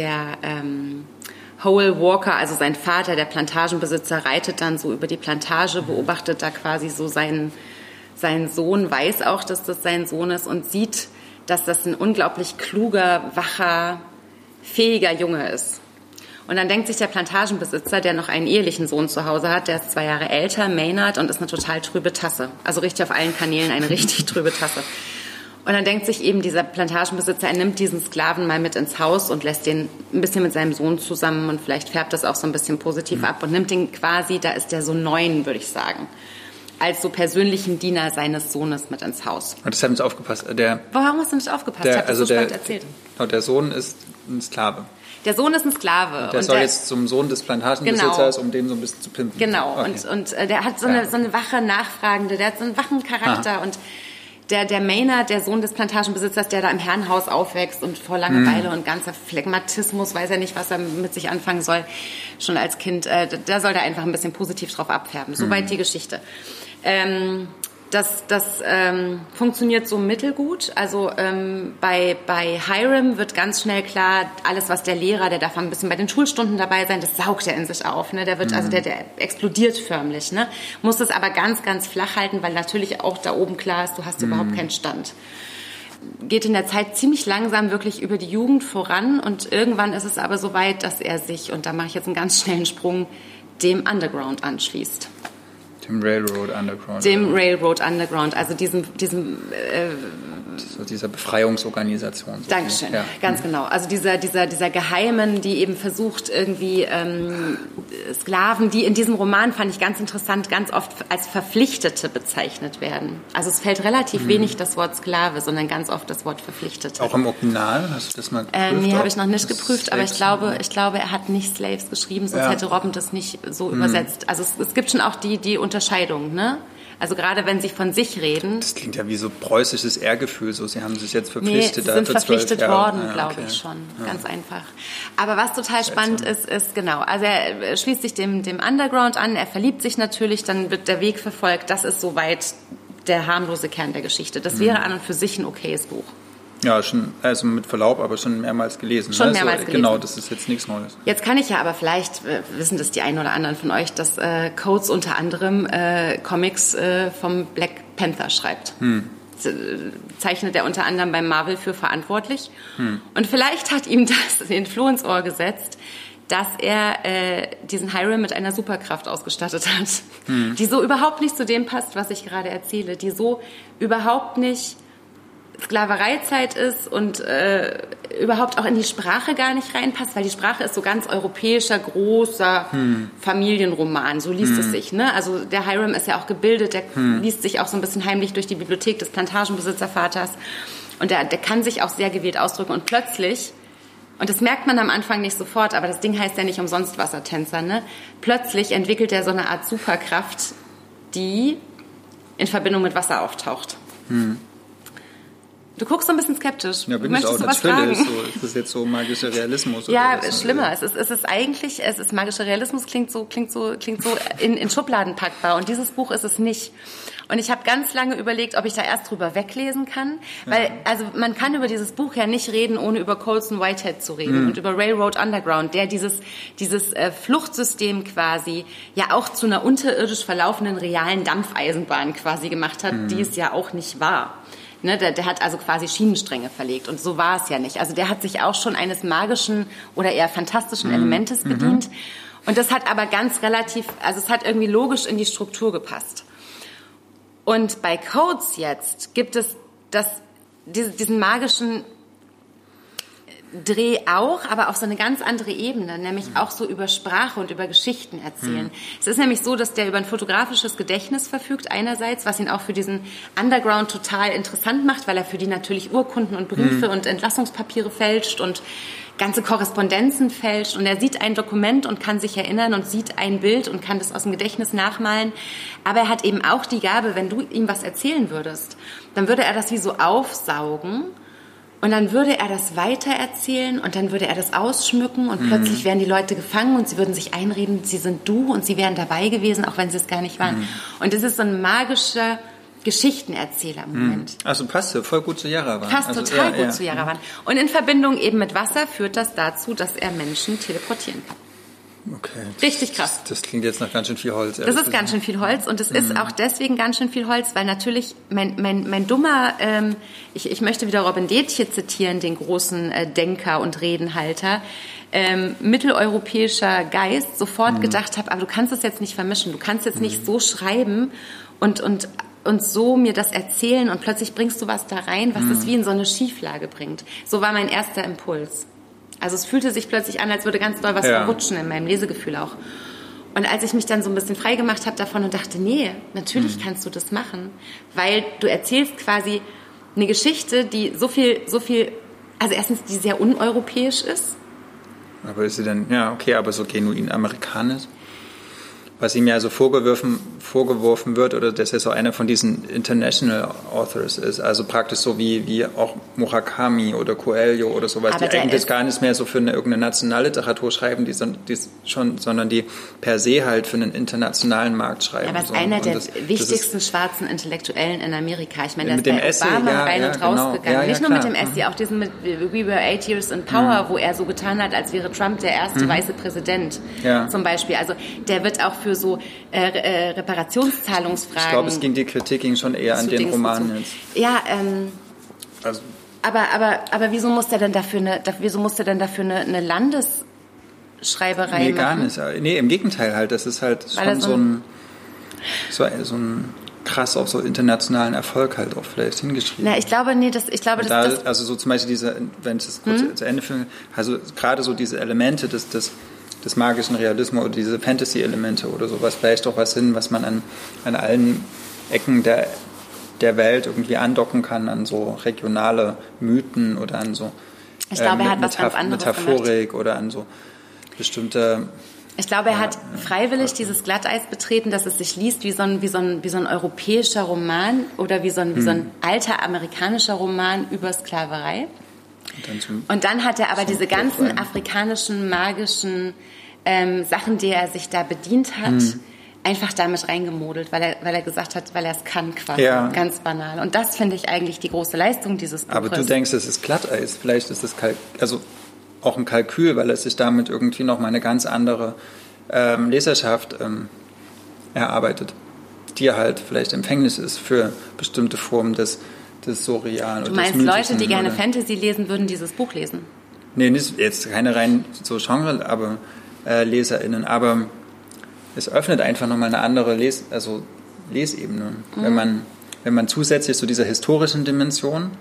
Howell Walker, also sein Vater, der Plantagenbesitzer, reitet dann so über die Plantage, beobachtet da quasi so seinen Sohn, weiß auch, dass das sein Sohn ist und sieht, dass das ein unglaublich kluger, wacher, fähiger Junge ist. Und dann denkt sich der Plantagenbesitzer, der noch einen ehelichen Sohn zu Hause hat, der ist 2 Jahre älter, Maynard, und ist eine total trübe Tasse. Also richtig auf allen Kanälen eine richtig trübe Tasse. Und dann denkt sich eben dieser Plantagenbesitzer, er nimmt diesen Sklaven mal mit ins Haus und lässt den ein bisschen mit seinem Sohn zusammen und vielleicht färbt das auch so ein bisschen positiv ab und nimmt den quasi, da ist der so 9, würde ich sagen, als so persönlichen Diener seines Sohnes mit ins Haus. Und das hat uns aufgepasst. Warum hast du nicht aufgepasst? Ich habe das so spannend erzählt. Der Sohn ist ein Sklave. Der Sohn ist ein Sklave. Und der soll jetzt zum Sohn des Plantagenbesitzers, um den so ein bisschen zu pimpen. Genau, okay. und der hat so eine wache, nachfragende, der hat so einen wachen Charakter. Aha. Und der Maynard, der Sohn des Plantagenbesitzers, der da im Herrenhaus aufwächst und vor Langeweile und ganzer Phlegmatismus, weiß er nicht, was er mit sich anfangen soll, schon als Kind, da soll er einfach ein bisschen positiv drauf abfärben. Soweit die Geschichte. Das funktioniert so mittelgut. Also bei Hiram wird ganz schnell klar, alles was der Lehrer, der darf ein bisschen bei den Schulstunden dabei sein, das saugt er in sich auf. Ne? Der wird also der explodiert förmlich. Ne? Muss das aber ganz, ganz flach halten, weil natürlich auch da oben klar ist, du hast überhaupt keinen Stand. Geht in der Zeit ziemlich langsam wirklich über die Jugend voran und irgendwann ist es aber so weit, dass er sich, und da mache ich jetzt einen ganz schnellen Sprung, dem Underground anschließt. Dem Railroad Underground. Dem Railroad Underground, also dieser Befreiungsorganisation. So. Dankeschön, ja. Ganz genau. Also dieser Geheimen, die eben versucht, irgendwie Sklaven, die in diesem Roman, fand ich ganz interessant, ganz oft als Verpflichtete bezeichnet werden. Also es fällt relativ wenig das Wort Sklave, sondern ganz oft das Wort Verpflichtete. Auch im Original? Hast du das mal geprüft? Nee, habe ich noch nicht geprüft, aber ich glaube, er hat nicht Slaves geschrieben, sonst hätte Robben das nicht so übersetzt. Also es gibt schon auch die Unterscheidung, ne? Also gerade wenn sie von sich reden. Das klingt ja wie so preußisches Ehrgefühl, so sie haben sich jetzt verpflichtet. Nee, sie sind verpflichtet worden, glaube ich schon. Ja. Ganz einfach. Aber was total spannend ist genau, also er schließt sich dem Underground an, er verliebt sich natürlich, dann wird der Weg verfolgt. Das ist soweit der harmlose Kern der Geschichte. Das wäre an und für sich ein okayes Buch. Ja, schon, also mit Verlaub, aber schon mehrmals gelesen. Schon mehrmals gelesen. Genau, das ist jetzt nichts Neues. Jetzt kann ich ja aber vielleicht, wissen das die einen oder anderen von euch, dass Coates unter anderem Comics vom Black Panther schreibt. Zeichnet er unter anderem beim Marvel für verantwortlich. Und vielleicht hat ihm das den Floh ins Ohr gesetzt, dass er diesen Hiram mit einer Superkraft ausgestattet hat, die so überhaupt nicht zu dem passt, was ich gerade erzähle, die so überhaupt nicht Sklavereizeit ist und überhaupt auch in die Sprache gar nicht reinpasst, weil die Sprache ist so ganz europäischer, großer Familienroman, so liest es sich. Ne? Also der Hiram ist ja auch gebildet, der liest sich auch so ein bisschen heimlich durch die Bibliothek des Plantagenbesitzervaters. Und der kann sich auch sehr gewählt ausdrücken. Und plötzlich, und das merkt man am Anfang nicht sofort, aber das Ding heißt ja nicht umsonst Wassertänzer, ne? Plötzlich entwickelt er so eine Art Superkraft, die in Verbindung mit Wasser auftaucht. Du guckst so ein bisschen skeptisch. Ja, bin Möchtest ich auch natürlich. So, ist das jetzt so magischer Realismus? Ja, oder was? schlimmer. Es ist magischer Realismus, klingt so in Schubladen packbar. Und dieses Buch ist es nicht. Und ich habe ganz lange überlegt, ob ich da erst drüber weglesen kann. Weil, also man kann über dieses Buch ja nicht reden, ohne über Colson Whitehead zu reden und über Railroad Underground, der dieses Fluchtsystem quasi ja auch zu einer unterirdisch verlaufenden realen Dampfeisenbahn quasi gemacht hat, die es ja auch nicht war. Ne, der hat also quasi Schienenstränge verlegt und so war es ja nicht. Also der hat sich auch schon eines magischen oder eher fantastischen Elementes bedient und das hat aber es hat irgendwie logisch in die Struktur gepasst. Und bei Coates jetzt gibt es diesen magischen Dreh auch, aber auf so eine ganz andere Ebene, nämlich auch so über Sprache und über Geschichten erzählen. Es ist nämlich so, dass der über ein fotografisches Gedächtnis verfügt einerseits, was ihn auch für diesen Underground total interessant macht, weil er für die natürlich Urkunden und Briefe und Entlassungspapiere fälscht und ganze Korrespondenzen fälscht und er sieht ein Dokument und kann sich erinnern und sieht ein Bild und kann das aus dem Gedächtnis nachmalen. Aber er hat eben auch die Gabe, wenn du ihm was erzählen würdest, dann würde er das wie so aufsaugen. Und dann würde er das weitererzählen und dann würde er das ausschmücken und plötzlich wären die Leute gefangen und sie würden sich einreden, sie sind du und sie wären dabei gewesen, auch wenn sie es gar nicht waren. Und das ist so ein magischer Geschichtenerzähler im Moment. Also passt voll gut zu Jerewan. Passt total gut zu Jerewan. Und in Verbindung eben mit Wasser führt das dazu, dass er Menschen teleportieren kann. Okay. Richtig krass. Das klingt jetzt nach ganz schön viel Holz. Das ist ganz schön viel Holz und es ist auch deswegen ganz schön viel Holz, weil natürlich mein dummer, ich möchte wieder Robin Detje zitieren, den großen Denker und Redenhalter, mitteleuropäischer Geist, sofort gedacht habe, aber du kannst es jetzt nicht vermischen, du kannst jetzt nicht so schreiben und so mir das erzählen und plötzlich bringst du was da rein, was das wie in so eine Schieflage bringt. So war mein erster Impuls. Also es fühlte sich plötzlich an, als würde ganz doll was verrutschen in meinem Lesegefühl auch. Und als ich mich dann so ein bisschen frei gemacht habe davon und dachte, nee, natürlich kannst du das machen, weil du erzählst quasi eine Geschichte, die so viel, also erstens, die sehr uneuropäisch ist. Aber ist sie denn, ja, okay, aber so genuin amerikanisch? Was ihm ja so vorgeworfen wird, oder dass er so einer von diesen International Authors ist, also praktisch so wie auch Murakami oder Coelho oder sowas, aber die eigentlich gar nicht mehr so für irgendeine Nationalliteratur schreiben, sondern die per se halt für einen internationalen Markt schreiben. Ja, aber ist einer der wichtigsten schwarzen Intellektuellen in Amerika. Ich meine, der ist bei Obama rein und rausgegangen. Nicht nur mit dem Essay, auch diesen mit We Were 8 Years in Power, wo er so getan hat, als wäre Trump der erste weiße Präsident zum Beispiel. Also der wird auch für so Reparationszahlungsfragen. Ich glaube, die Kritik ging schon eher an den Roman jetzt. Ja, also. Aber wieso muss der denn dafür eine Landesschreiberei machen? Gar nicht. Nee, im Gegenteil halt. Das ist halt schon so ein krass auf so internationalen Erfolg halt auch vielleicht hingeschrieben. Na, ich glaube, also so zum Beispiel wenn ich das kurz zu Ende führe, also gerade so diese Elemente des magischen Realismus oder diese Fantasy-Elemente oder sowas, vielleicht auch was hin, was man an allen Ecken der Welt irgendwie andocken kann, an so regionale Mythen oder an so ich glaube, er hat was ganz anderes Metaphorik gemacht. Oder an so bestimmte... Ich glaube, er hat freiwillig dieses Glatteis betreten, dass es sich liest wie so ein europäischer Roman oder wie so ein alter amerikanischer Roman über Sklaverei. Und dann hat er aber diese ganzen afrikanischen, magischen Sachen, die er sich da bedient hat, einfach damit reingemodelt, weil er gesagt hat, weil er es kann quasi, ganz banal. Und das finde ich eigentlich die große Leistung dieses Buches. Aber du denkst, es ist Glatteis, vielleicht ist es auch ein Kalkül, weil er sich damit irgendwie noch mal eine ganz andere Leserschaft erarbeitet, die halt vielleicht empfänglich ist für bestimmte Formen des Surrealen. Du meinst, Leute, die gerne Fantasy lesen, würden dieses Buch lesen? Nee, nicht jetzt keine rein so Genre, aber LeserInnen. Aber es öffnet einfach nochmal eine andere Lesebene. Wenn man zusätzlich zu dieser historischen Dimension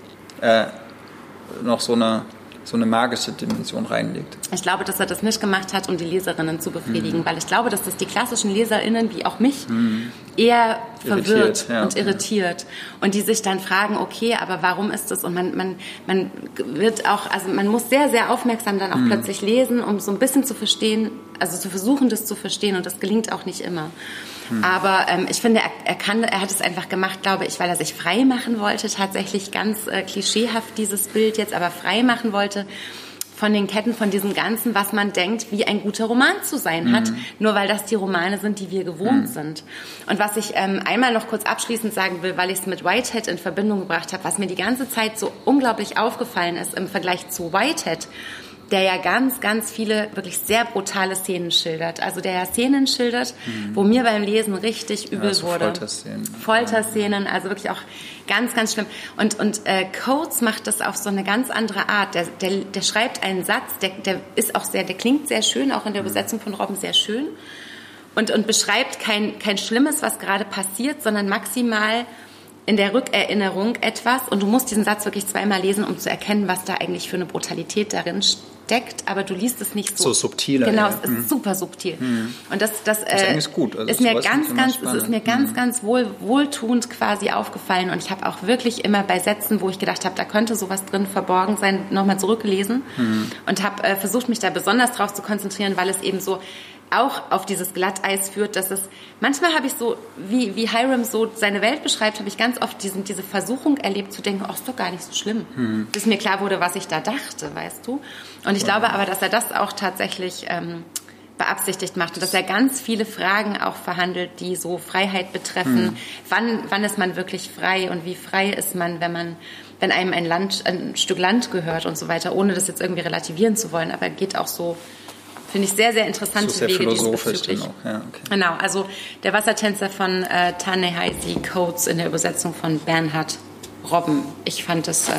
noch so eine magische Dimension reinlegt. Ich glaube, dass er das nicht gemacht hat, um die Leserinnen zu befriedigen, weil ich glaube, dass das die klassischen LeserInnen, wie auch mich, eher verwirrt ja, und irritiert. Und die sich dann fragen, okay, aber warum ist das? Und man wird auch, also man muss sehr, sehr aufmerksam dann auch plötzlich lesen, um so ein bisschen zu verstehen, also zu versuchen, das zu verstehen. Und das gelingt auch nicht immer. Aber ich finde, er hat es einfach gemacht, glaube ich, weil er sich frei machen wollte, tatsächlich ganz klischeehaft dieses Bild jetzt, aber frei machen wollte von den Ketten, von diesem Ganzen, was man denkt, wie ein guter Roman zu sein hat, nur weil das die Romane sind, die wir gewohnt sind. Und was ich einmal noch kurz abschließend sagen will, weil ich es mit Whitehead in Verbindung gebracht habe, was mir die ganze Zeit so unglaublich aufgefallen ist im Vergleich zu Whitehead, der ja ganz, ganz viele wirklich sehr brutale Szenen schildert. Also der ja Szenen schildert, wo mir beim Lesen richtig übel wurde. Folterszenen, also wirklich auch ganz, ganz schlimm. Und Coates macht das auf so eine ganz andere Art. Der schreibt einen Satz, der ist auch sehr, der klingt sehr schön, auch in der Übersetzung von Robben sehr schön. Und beschreibt kein Schlimmes, was gerade passiert, sondern maximal in der Rückerinnerung etwas. Und du musst diesen Satz wirklich zweimal lesen, um zu erkennen, was da eigentlich für eine Brutalität darin steckt. Aber du liest es nicht so subtil. Genau, es ist super subtil. Und das ist eigentlich gut. Also ist mir ganz wohltuend quasi aufgefallen. Und ich habe auch wirklich immer bei Sätzen, wo ich gedacht habe, da könnte sowas drin verborgen sein, nochmal zurückgelesen. Und habe versucht, mich da besonders drauf zu konzentrieren, weil es eben so auch auf dieses Glatteis führt, dass es, manchmal habe ich so, wie Hiram so seine Welt beschreibt, habe ich ganz oft diese Versuchung erlebt, zu denken, ist doch gar nicht so schlimm. Bis mir klar wurde, was ich da dachte, weißt du. Und ich glaube aber, dass er das auch tatsächlich beabsichtigt macht und dass er ganz viele Fragen auch verhandelt, die so Freiheit betreffen. Wann ist man wirklich frei und wie frei ist man, wenn einem ein Stück Land gehört und so weiter, ohne das jetzt irgendwie relativieren zu wollen, aber geht auch so, finde ich, sehr, sehr interessante so sehr Wege diesbezüglich. Ja, okay. Genau, also der Wassertänzer von Ta-Nehisi Coates in der Übersetzung von Bernhard Robben. Ich fand das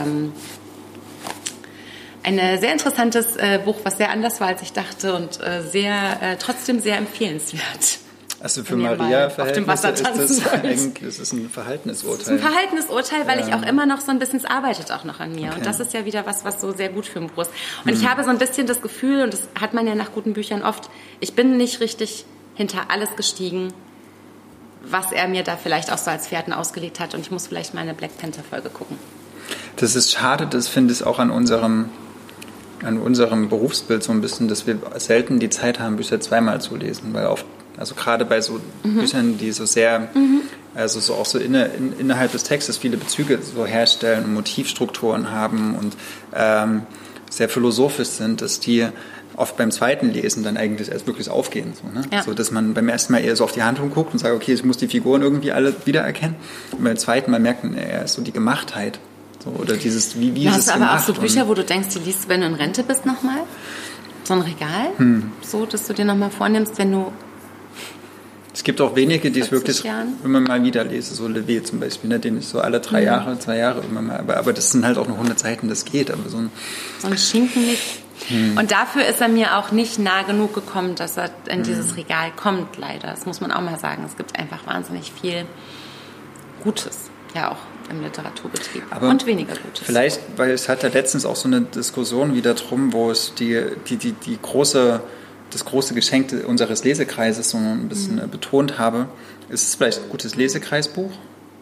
ein sehr interessantes Buch, was sehr anders war, als ich dachte und trotzdem sehr empfehlenswert. Also für Maria-Verhältnisse ist das ein Verhaltenersurteil. Das ist ein Verhaltenersurteil, weil ich auch immer noch so ein bisschen, es arbeitet auch noch an mir. Okay. Und das ist ja wieder was so sehr gut für ein Buch ist. Und ich habe so ein bisschen das Gefühl, und das hat man ja nach guten Büchern oft, ich bin nicht richtig hinter alles gestiegen, was er mir da vielleicht auch so als Fährten ausgelegt hat. Und ich muss vielleicht mal eine Black Panther-Folge gucken. Das ist schade, das finde ich auch an unserem Berufsbild so ein bisschen, dass wir selten die Zeit haben, Bücher zweimal zu lesen, weil oft, also gerade bei so Büchern, die so sehr, also so auch so innerhalb des Textes viele Bezüge so herstellen und Motivstrukturen haben und sehr philosophisch sind, dass die oft beim zweiten Lesen dann eigentlich erst wirklich aufgehen. So, ne? Ja. So, dass man beim ersten Mal eher so auf die Handlung guckt und sagt, okay, ich muss die Figuren irgendwie alle wiedererkennen. Und beim zweiten Mal merkt man eher so die Gemachtheit. So, oder dieses, wie ist es gemacht. Hast du aber auch so Bücher, wo du denkst, die liest, wenn du in Rente bist nochmal? So ein Regal? So, dass du dir nochmal vornimmst, wenn du... Es gibt auch wenige, die ich wirklich immer mal wieder lese, so Levé zum Beispiel, ne, den ich so alle 2 Jahre immer mal, aber das sind halt auch nur 100 Seiten, das geht, aber so ein Schinken nicht. Und dafür ist er mir auch nicht nah genug gekommen, dass er in dieses Regal kommt, leider. Das muss man auch mal sagen. Es gibt einfach wahnsinnig viel Gutes, ja auch im Literaturbetrieb. Aber und weniger Gutes. Vielleicht, weil es hat ja letztens auch so eine Diskussion wieder drum, wo es das große Geschenk unseres Lesekreises so ein bisschen betont habe. Ist es vielleicht ein gutes Lesekreisbuch?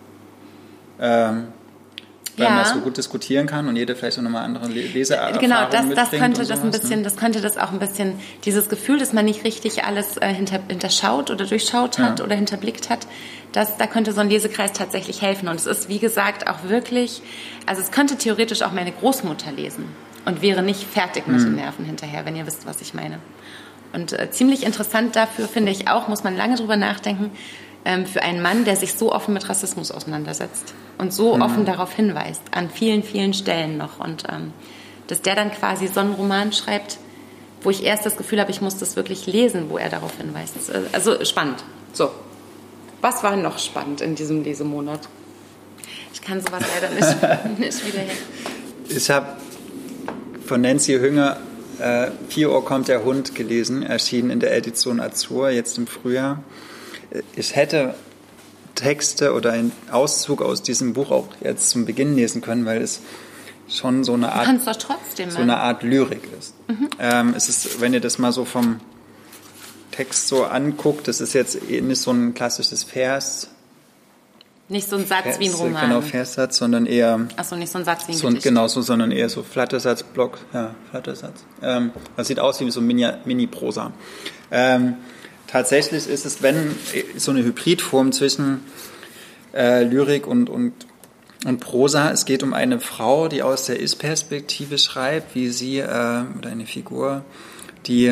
Weil man das so gut diskutieren kann und jeder vielleicht auch nochmal andere Leseerfahrungen mitbringt. Genau, das könnte das auch ein bisschen, dieses Gefühl, dass man nicht richtig alles hinterschaut oder durchschaut hat oder hinterblickt hat, da könnte so ein Lesekreis tatsächlich helfen. Und es ist, wie gesagt, auch wirklich, also es könnte theoretisch auch meine Großmutter lesen und wäre nicht fertig mit den Nerven hinterher, wenn ihr wisst, was ich meine. Und ziemlich interessant dafür, finde ich auch, muss man lange drüber nachdenken, für einen Mann, der sich so offen mit Rassismus auseinandersetzt und so offen darauf hinweist, an vielen, vielen Stellen noch. Und dass der dann quasi so einen Roman schreibt, wo ich erst das Gefühl habe, ich muss das wirklich lesen, wo er darauf hinweist. Also spannend. So, was war noch spannend in diesem Lesemonat? Ich kann sowas leider nicht wiederher. Ich habe von Nancy Hünger 4 Uhr kommt der Hund gelesen, erschienen in der Edition Azur, jetzt im Frühjahr. Ich hätte Texte oder einen Auszug aus diesem Buch auch jetzt zum Beginn lesen können, weil es schon so eine Art, Lyrik ist. Es ist, wenn ihr das mal so vom Text so anguckt, das ist jetzt nicht so ein klassisches Vers. Nicht so ein Satz wie ein Roman. Genau, Verssatz, sondern eher... Achso, nicht so ein Satz wie ein so, Gedicht. Genau so, sondern eher so Flattersatz-Block. Ja, Flattersatz. Das sieht aus wie so Mini-Prosa. Tatsächlich ist es, wenn so eine Hybridform zwischen Lyrik und Prosa. Es geht um eine Frau, die aus der Ich-Perspektive schreibt, wie sie, oder eine Figur, die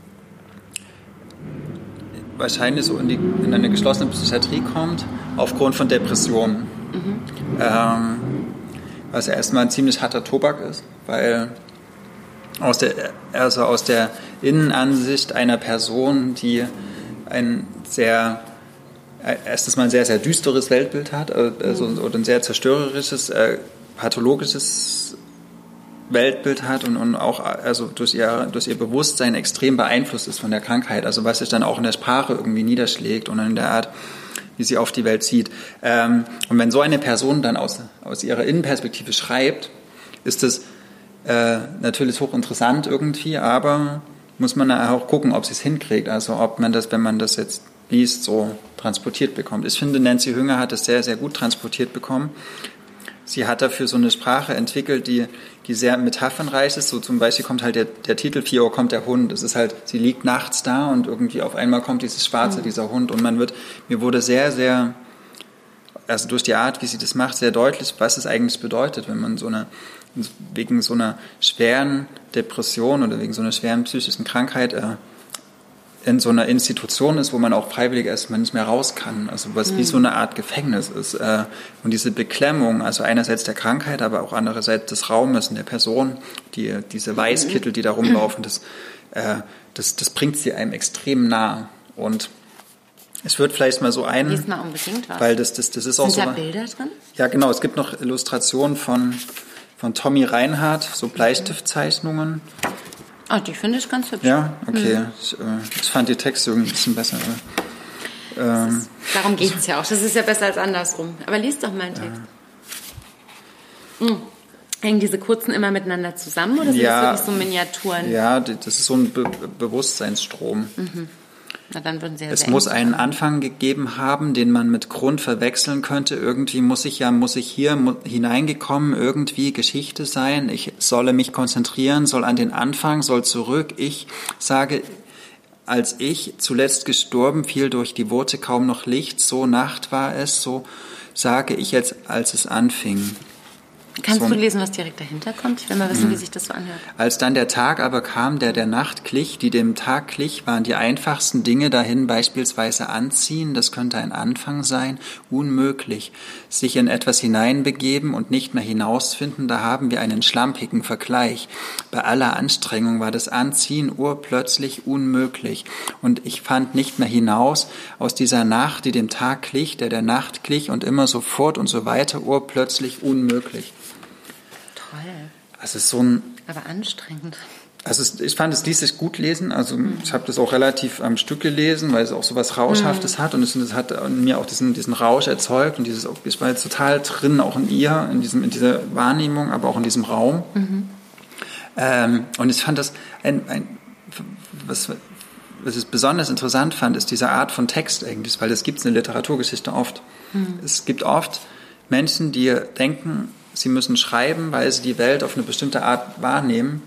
wahrscheinlich so in eine geschlossene Psychiatrie kommt, aufgrund von Depressionen. Was erstmal ein ziemlich harter Tobak ist, weil aus der Innenansicht einer Person, die erstens mal ein sehr, sehr düsteres Weltbild hat, oder ein sehr zerstörerisches, pathologisches Weltbild hat und auch also durch ihr Bewusstsein extrem beeinflusst ist von der Krankheit, also was sich dann auch in der Sprache irgendwie niederschlägt und in der Art, wie sie auf die Welt sieht. Und wenn so eine Person dann aus ihrer Innenperspektive schreibt, ist das natürlich hochinteressant irgendwie, aber muss man auch gucken, ob sie es hinkriegt, also ob man das, wenn man das jetzt liest, so transportiert bekommt. Ich finde, Nancy Hünger hat es sehr, sehr gut transportiert bekommen. Sie hat dafür so eine Sprache entwickelt, die sehr metaphernreich ist. So zum Beispiel kommt halt der Titel, 4 Uhr kommt der Hund. Es ist halt, sie liegt nachts da und irgendwie auf einmal kommt dieses Schwarze, dieser Hund. Und mir wurde sehr, sehr, also durch die Art, wie sie das macht, sehr deutlich, was es eigentlich bedeutet, wenn man wegen so einer schweren Depression oder wegen so einer schweren psychischen Krankheit in so einer Institution ist, wo man auch freiwillig erstmal nicht mehr raus kann, also was wie so eine Art Gefängnis ist. Und diese Beklemmung, also einerseits der Krankheit, aber auch andererseits des Raumes und der Person, diese Weißkittel, die da rumlaufen, das bringt sie einem extrem nah. Und es wird vielleicht mal so Lies mal unbedingt was. Weil das ist auch so. Sind da Bilder drin? Ja, genau. Es gibt noch Illustrationen von Tommy Reinhardt, so Bleistiftzeichnungen. Ah, die finde ich ganz hübsch. Ja, okay. Ich fand die Texte irgendwie ein bisschen besser. Darum geht es ja auch. Das ist ja besser als andersrum. Aber lies doch mal einen Text. Hängen diese kurzen immer miteinander zusammen oder sind das wirklich so Miniaturen? Ja, das ist so ein Bewusstseinsstrom. Na, dann würden Sie ja es muss einen Anfang gegeben haben, den man mit Grund verwechseln könnte. Irgendwie muss ich hier hineingekommen, irgendwie Geschichte sein. Ich solle mich konzentrieren, soll an den Anfang, soll zurück. Ich sage, als ich zuletzt gestorben, fiel durch die Worte kaum noch Licht. So Nacht war es, so sage ich jetzt, als es anfing. Kannst du lesen, was direkt dahinter kommt? Ich will mal wissen, wie sich das so anhört. Als dann der Tag aber kam, der Nacht glich, die dem Tag glich, waren die einfachsten Dinge dahin, beispielsweise anziehen, das könnte ein Anfang sein, unmöglich. Sich in etwas hineinbegeben und nicht mehr hinausfinden, da haben wir einen schlampigen Vergleich. Bei aller Anstrengung war das Anziehen urplötzlich unmöglich. Und ich fand nicht mehr hinaus aus dieser Nacht, die dem Tag glich, der Nacht glich und immer so fort und so weiter, urplötzlich unmöglich. Toll. Also es ist so ein... Aber anstrengend. Also ich fand, es ließ sich gut lesen. Also ich habe das auch relativ am Stück gelesen, weil es auch so was Rauschhaftes hat. Und es hat in mir auch diesen Rausch erzeugt. Und ich war jetzt total drin, auch in ihr, in dieser Wahrnehmung, aber auch in diesem Raum. Und ich fand das was ich besonders interessant fand, ist diese Art von Text eigentlich, weil das gibt es in der Literaturgeschichte oft. Es gibt oft Menschen, die denken, sie müssen schreiben, weil sie die Welt auf eine bestimmte Art wahrnehmen,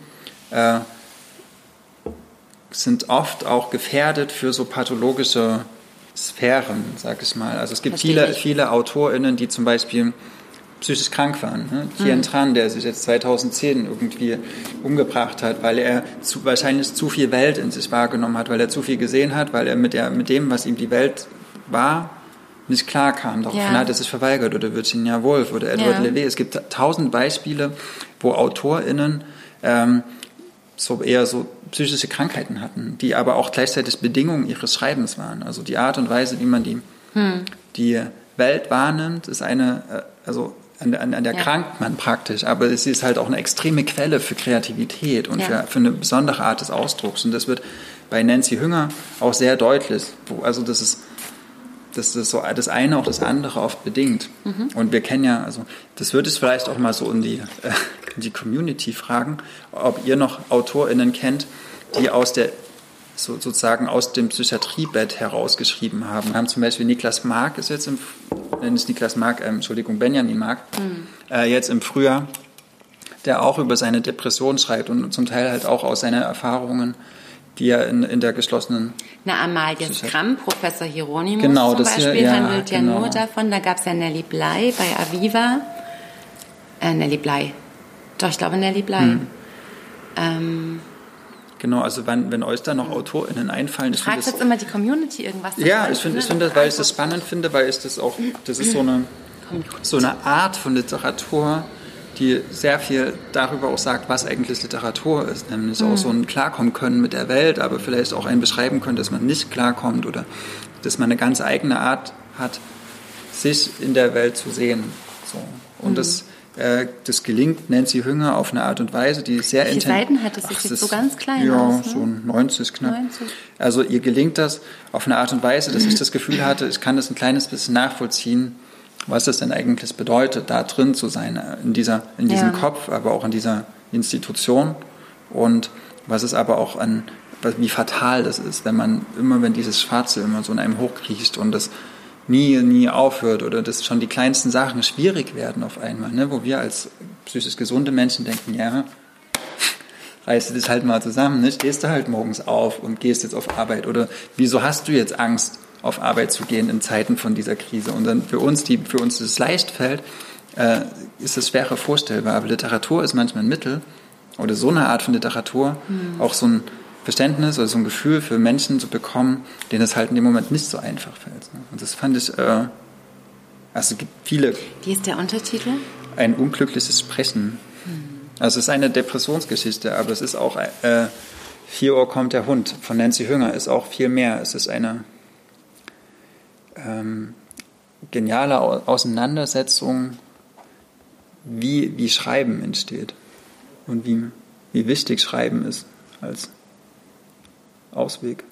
sind oft auch gefährdet für so pathologische Sphären, sag ich mal. Also es gibt viele AutorInnen, die zum Beispiel psychisch krank waren. Ne? Tien Tran, der sich jetzt 2010 irgendwie umgebracht hat, weil er wahrscheinlich zu viel Welt in sich wahrgenommen hat, weil er zu viel gesehen hat, weil er mit dem, was ihm die Welt war, nicht klar kam. Daraufhin hat er sich verweigert. Oder Virginia Woolf oder Edward Levé. Es gibt 1000 Beispiele, wo AutorInnen eher so psychische Krankheiten hatten, die aber auch gleichzeitig Bedingungen ihres Schreibens waren. Also die Art und Weise, wie man die Welt wahrnimmt, ist an der krankt man praktisch, aber sie ist halt auch eine extreme Quelle für Kreativität und für eine besondere Art des Ausdrucks. Und das wird bei Nancy Hünger auch sehr deutlich. Also das ist so das eine auch das andere oft bedingt. Und wir kennen ja, also das würde ich vielleicht auch mal so in die Community fragen, ob ihr noch AutorInnen kennt, die aus der sozusagen aus dem Psychiatriebett herausgeschrieben haben. Wir haben zum Beispiel Niklas Mark, Benjamin Mark, jetzt im Frühjahr, der auch über seine Depression schreibt und zum Teil halt auch aus seinen Erfahrungen, die er in der geschlossenen... Amalie Skram, Professor Hieronymus genau, zum Beispiel, handelt ja genau. nur davon. Da gab es ja Nelly Bly bei Aviva. Nelly Bly. Doch, ich glaube Nelly Bly. Genau, also wenn euch da noch AutorInnen einfallen... Fragt jetzt immer die Community irgendwas. Ja, ich finde das, weil ich das spannend finde, weil das ist so eine Art von Literatur, die sehr viel darüber auch sagt, was eigentlich Literatur ist. Nämlich auch so ein Klarkommen können mit der Welt, aber vielleicht auch einen beschreiben können, dass man nicht klarkommt oder dass man eine ganz eigene Art hat, sich in der Welt zu sehen. So. Und das gelingt Nancy Hünger auf eine Art und Weise, die sehr intensiv... Wie viele Seiten hat das? Das sieht so ganz klein aus. Ja, so 90 knapp. 90. Also ihr gelingt das auf eine Art und Weise, dass ich das Gefühl hatte, ich kann das ein kleines bisschen nachvollziehen, was es denn eigentlich bedeutet, da drin zu sein, in diesem Kopf, aber auch in dieser Institution und was es aber auch wie fatal das ist, wenn dieses Schwarze immer so in einem hochkriecht und das nie aufhört oder dass schon die kleinsten Sachen schwierig werden auf einmal, ne? Wo wir als psychisch gesunde Menschen denken, ja, reißt du das halt mal zusammen, ne? Stehst du halt morgens auf und gehst jetzt auf Arbeit oder wieso hast du jetzt Angst, auf Arbeit zu gehen in Zeiten von dieser Krise. Und dann für uns das leicht fällt, ist es schwerer vorstellbar. Aber Literatur ist manchmal ein Mittel oder so eine Art von Literatur, auch so ein Verständnis oder so ein Gefühl für Menschen zu bekommen, denen es halt in dem Moment nicht so einfach fällt. Und das fand ich, also es gibt viele... Wie ist der Untertitel? Ein unglückliches Sprechen. Also es ist eine Depressionsgeschichte, aber es ist auch 4 Uhr kommt der Hund von Nancy Hünger, ist auch viel mehr. Es ist eine geniale Auseinandersetzung, wie Schreiben entsteht und wie wichtig Schreiben ist als Ausweg.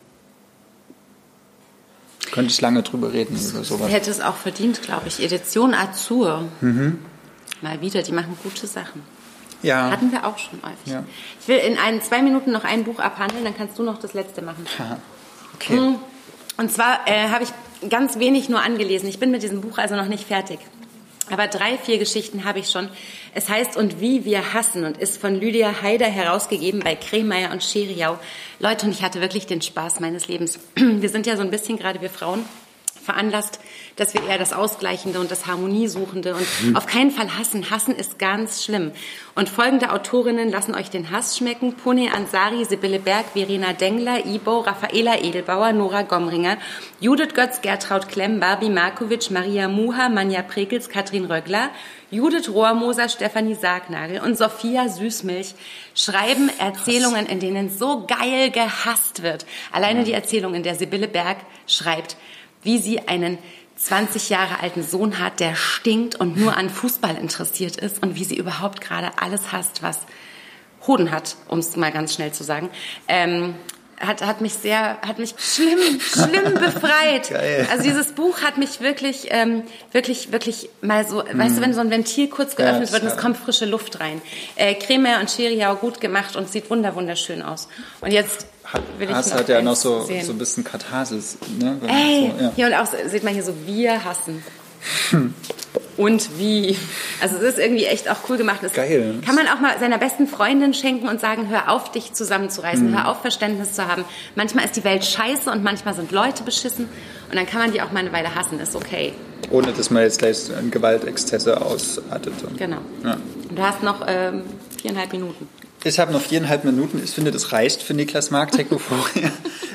Könnte ich lange drüber reden über sowas. Hätte es auch verdient, glaube ich. Edition Azur. Mal wieder, die machen gute Sachen. Ja. Hatten wir auch schon häufig. Ja. Ich will in 2 Minuten noch ein Buch abhandeln, dann kannst du noch das letzte machen. Aha. Okay. Und zwar habe ich ganz wenig nur angelesen. Ich bin mit diesem Buch also noch nicht fertig. Aber 3, 4 Geschichten habe ich schon. Es heißt Und wie wir hassen und ist von Lydia Haider herausgegeben bei Kremeyer und Scheriau. Leute, und ich hatte wirklich den Spaß meines Lebens. Wir sind ja so ein bisschen, gerade wir Frauen, veranlasst, dass wir eher das Ausgleichende und das Harmoniesuchende und auf keinen Fall hassen. Hassen ist ganz schlimm. Und folgende Autorinnen lassen euch den Hass schmecken. Pune Ansari, Sibylle Berg, Verena Dengler, Ibo, Raffaela Edelbauer, Nora Gomringer, Judith Götz, Gertraud Klemm, Barbie Markovic, Maria Muha, Manja Prekels, Katrin Röggler, Judith Rohrmoser, Stefanie Sargnagel und Sophia Süßmilch schreiben Erzählungen, in denen so geil gehasst wird. Alleine die Erzählung, in der Sibylle Berg schreibt, wie sie einen 20 Jahre alten Sohn hat, der stinkt und nur an Fußball interessiert ist und wie sie überhaupt gerade alles hasst, was Hoden hat, um es mal ganz schnell zu sagen. Hat mich schlimm befreit. Geil. Also dieses Buch hat mich wirklich mal so, weißt du, wenn so ein Ventil kurz geöffnet wird und es kommt frische Luft rein. Kremeyer und Scheriau gut gemacht und sieht wunderschön aus. Und jetzt will ich hat ja noch so ein bisschen Katharsis. Ne? Hier und auch sieht man hier so, wir hassen. Und wie. Also es ist irgendwie echt auch cool gemacht. Das geil. Kann man auch mal seiner besten Freundin schenken und sagen, hör auf, dich zusammenzureißen, hör auf, Verständnis zu haben. Manchmal ist die Welt scheiße und manchmal sind Leute beschissen und dann kann man die auch mal eine Weile hassen, ist okay. Ohne, dass man jetzt gleich Gewaltexzesse ausartet. Genau. Ja. Und du hast noch 4,5 Minuten. Ich habe noch 4,5 Minuten. Ich finde, das reicht für Niklas Mark, Technophoria.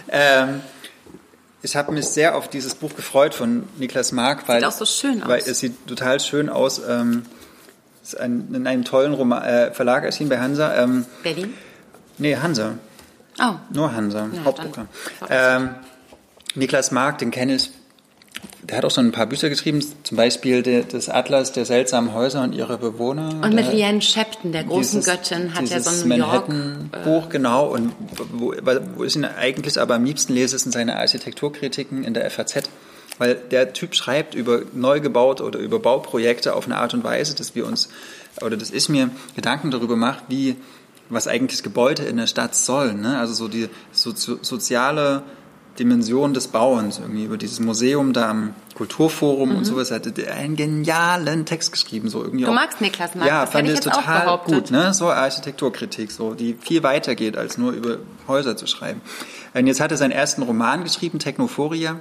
Ich habe mich sehr auf dieses Buch gefreut von Niklas Mark, weil sieht auch so schön aus. Weil es sieht total schön aus. Ist in einem tollen Verlag erschienen bei Hansa. Berlin? Nee, Hansa. Oh. Nur Hansa, Hauptdrucker. Niklas Mark, den kenne ich. Der hat auch schon ein paar Bücher geschrieben, zum Beispiel das Atlas der seltsamen Häuser und ihre Bewohner. Und mit Liane Shepton, der großen Göttin, hat ja so ein New York Manhattan-Buch, genau. Und wo ich ihn eigentlich aber am liebsten lese, sind seine Architekturkritiken in der FAZ. Weil der Typ schreibt über neu gebaut oder über Bauprojekte auf eine Art und Weise, dass ich mir Gedanken darüber mache, wie was eigentlich Gebäude in der Stadt sollen, ne? Also so die soziale Dimension des Bauens, irgendwie über dieses Museum da am Kulturforum und sowas, hat einen genialen Text geschrieben. So irgendwie du magst Niklas Marx, ja, das fand hätte ich ich jetzt auch total behauptet. gut, ne? So Architekturkritik, so, die viel weiter geht, als nur über Häuser zu schreiben. Und jetzt hat er seinen ersten Roman geschrieben, Technophoria.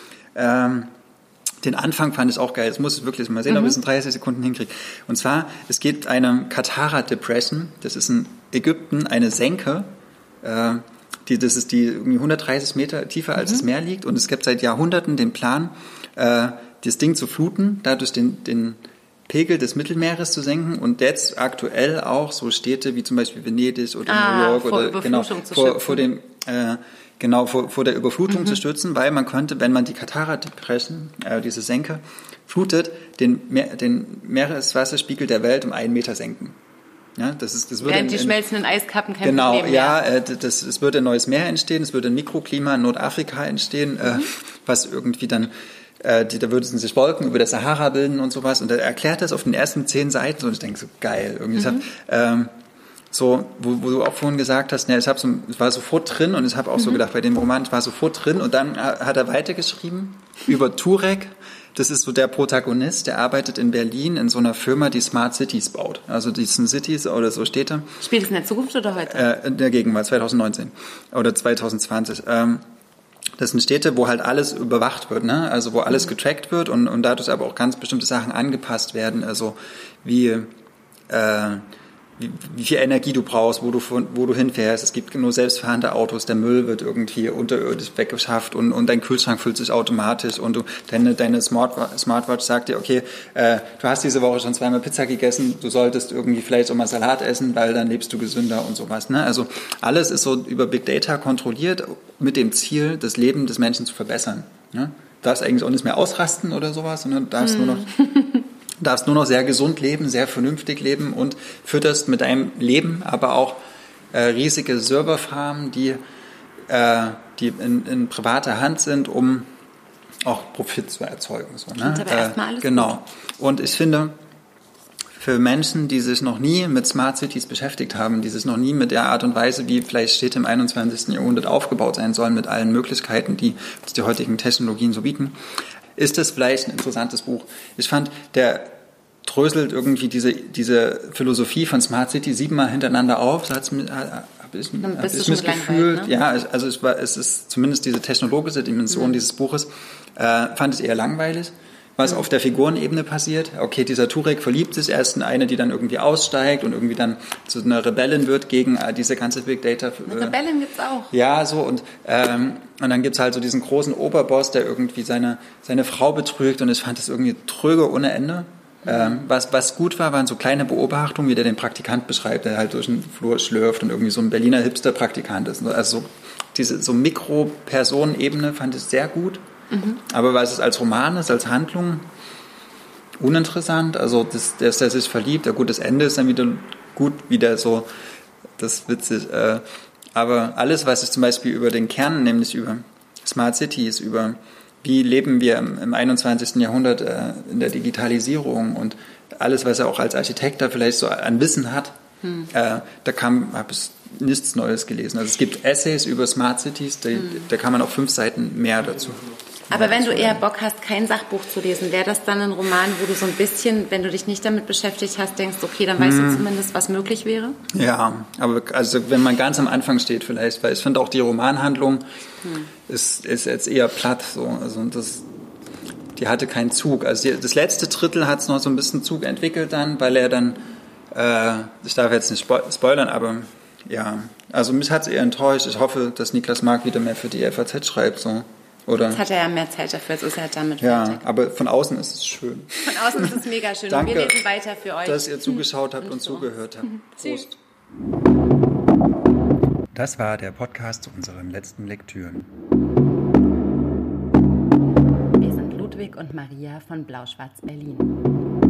Den Anfang fand ich auch geil. Das muss ich wirklich mal sehen, ob ich es in 30 Sekunden hinkriege. Und zwar, es geht eine Katara Depression. Das ist in Ägypten eine Senke, das ist die irgendwie 130 Meter tiefer als das Meer liegt. Und es gibt seit Jahrhunderten den Plan, das Ding zu fluten, dadurch den Pegel des Mittelmeeres zu senken. Und jetzt aktuell auch so Städte wie zum Beispiel Venedig oder New York oder vor der Überflutung zu stützen, weil man könnte, wenn man die Katara Depression, diese Senke, flutet, den Meereswasserspiegel der Welt um 1 Meter senken. Ja, das würde während die schmelzenden Eiskappen kein genau, Problem mehr. Genau, es würde ein neues Meer entstehen, es würde ein Mikroklima in Nordafrika entstehen, was irgendwie dann, da würden sich Wolken über der Sahara bilden und sowas. Und er erklärt das auf den ersten 10 Seiten und ich denke so, geil. Irgendwie so, wo du auch vorhin gesagt hast, ne, ich war sofort drin und ich habe auch so gedacht, bei dem Roman, ich war sofort drin und dann hat er weitergeschrieben über Turek. Das ist so der Protagonist, der arbeitet in Berlin in so einer Firma, die Smart Cities baut. Also die sind Cities oder so Städte. Spielt es in der Zukunft oder heute? In der Gegenwart, 2019 oder 2020. Das sind Städte, wo halt alles überwacht wird, ne? Also wo alles getrackt wird und dadurch aber auch ganz bestimmte Sachen angepasst werden. Also wie viel Energie du brauchst, wo du hinfährst. Es gibt nur selbstfahrende Autos, der Müll wird irgendwie unterirdisch weggeschafft und dein Kühlschrank füllt sich automatisch und deine Smartwatch sagt dir, okay, du hast diese Woche schon 2-mal Pizza gegessen, du solltest irgendwie vielleicht auch mal Salat essen, weil dann lebst du gesünder und sowas. Ne? Also alles ist so über Big Data kontrolliert mit dem Ziel, das Leben des Menschen zu verbessern. Ne? Du darfst eigentlich auch nicht mehr ausrasten oder sowas, sondern du darfst nur noch sehr gesund leben, sehr vernünftig leben und fütterst mit deinem Leben aber auch riesige Serverfarmen, die in privater Hand sind, um auch Profit zu erzeugen. So, ne? Aber erstmal alles genau. gut. Und ich finde, für Menschen, die sich noch nie mit Smart Cities beschäftigt haben, die sich noch nie mit der Art und Weise, wie vielleicht Städte im 21. Jahrhundert aufgebaut sein sollen, mit allen Möglichkeiten, die heutigen Technologien so bieten, ist das vielleicht ein interessantes Buch. Ich fand, der dröselt irgendwie diese Philosophie von Smart City 7-mal hintereinander auf. So habe ich mich gefühlt. Ne? Ja, also es ist zumindest diese technologische Dimension dieses Buches, fand ich eher langweilig. Was auf der Figurenebene passiert. Okay, dieser Turek verliebt sich erst in eine, die dann irgendwie aussteigt und irgendwie dann zu einer Rebellin wird gegen diese ganze Big Data. Eine Rebellin gibt's auch. Ja, so und dann gibt's halt so diesen großen Oberboss, der irgendwie seine Frau betrügt und ich fand das irgendwie tröge ohne Ende. Was gut war, waren so kleine Beobachtungen, wie der den Praktikant beschreibt, der halt durch den Flur schlürft und irgendwie so ein Berliner Hipster-Praktikant ist. Also diese so Mikro-Personenebene fand ich sehr gut. Aber weil es als Roman ist, als Handlung, uninteressant. Also, dass der sich verliebt, ja gut, das Ende ist dann wieder so, das ist witzig. Aber alles, was ich zum Beispiel über den Kern, nämlich über Smart Cities, über wie leben wir im 21. Jahrhundert in der Digitalisierung und alles, was er auch als Architekt da vielleicht so an Wissen hat, habe ich nichts Neues gelesen. Also es gibt Essays über Smart Cities, da kann man auf 5 Seiten mehr dazu. Aber wenn du eher Bock hast, kein Sachbuch zu lesen, wäre das dann ein Roman, wo du so ein bisschen, wenn du dich nicht damit beschäftigt hast, denkst, okay, dann weißt du zumindest, was möglich wäre? Ja, aber also wenn man ganz am Anfang steht vielleicht, weil ich finde auch die Romanhandlung ist jetzt eher platt. So. Also die hatte keinen Zug. Also das letzte Drittel hat es noch so ein bisschen Zug entwickelt dann, weil er dann, ich darf jetzt nicht spoilern, aber ja, also mich hat es eher enttäuscht. Ich hoffe, dass Niklas Mark wieder mehr für die FAZ schreibt. So. Oder? Jetzt hat er ja mehr Zeit dafür, jetzt ist er halt damit fertig. Ja, aber von außen ist es schön. Von außen ist es mega schön. Danke, und wir lesen weiter für euch. Dass ihr zugeschaut habt und zugehört habt. Prost. Das war der Podcast zu unseren letzten Lektüren. Wir sind Ludwig und Maria von Blau-Schwarz Berlin.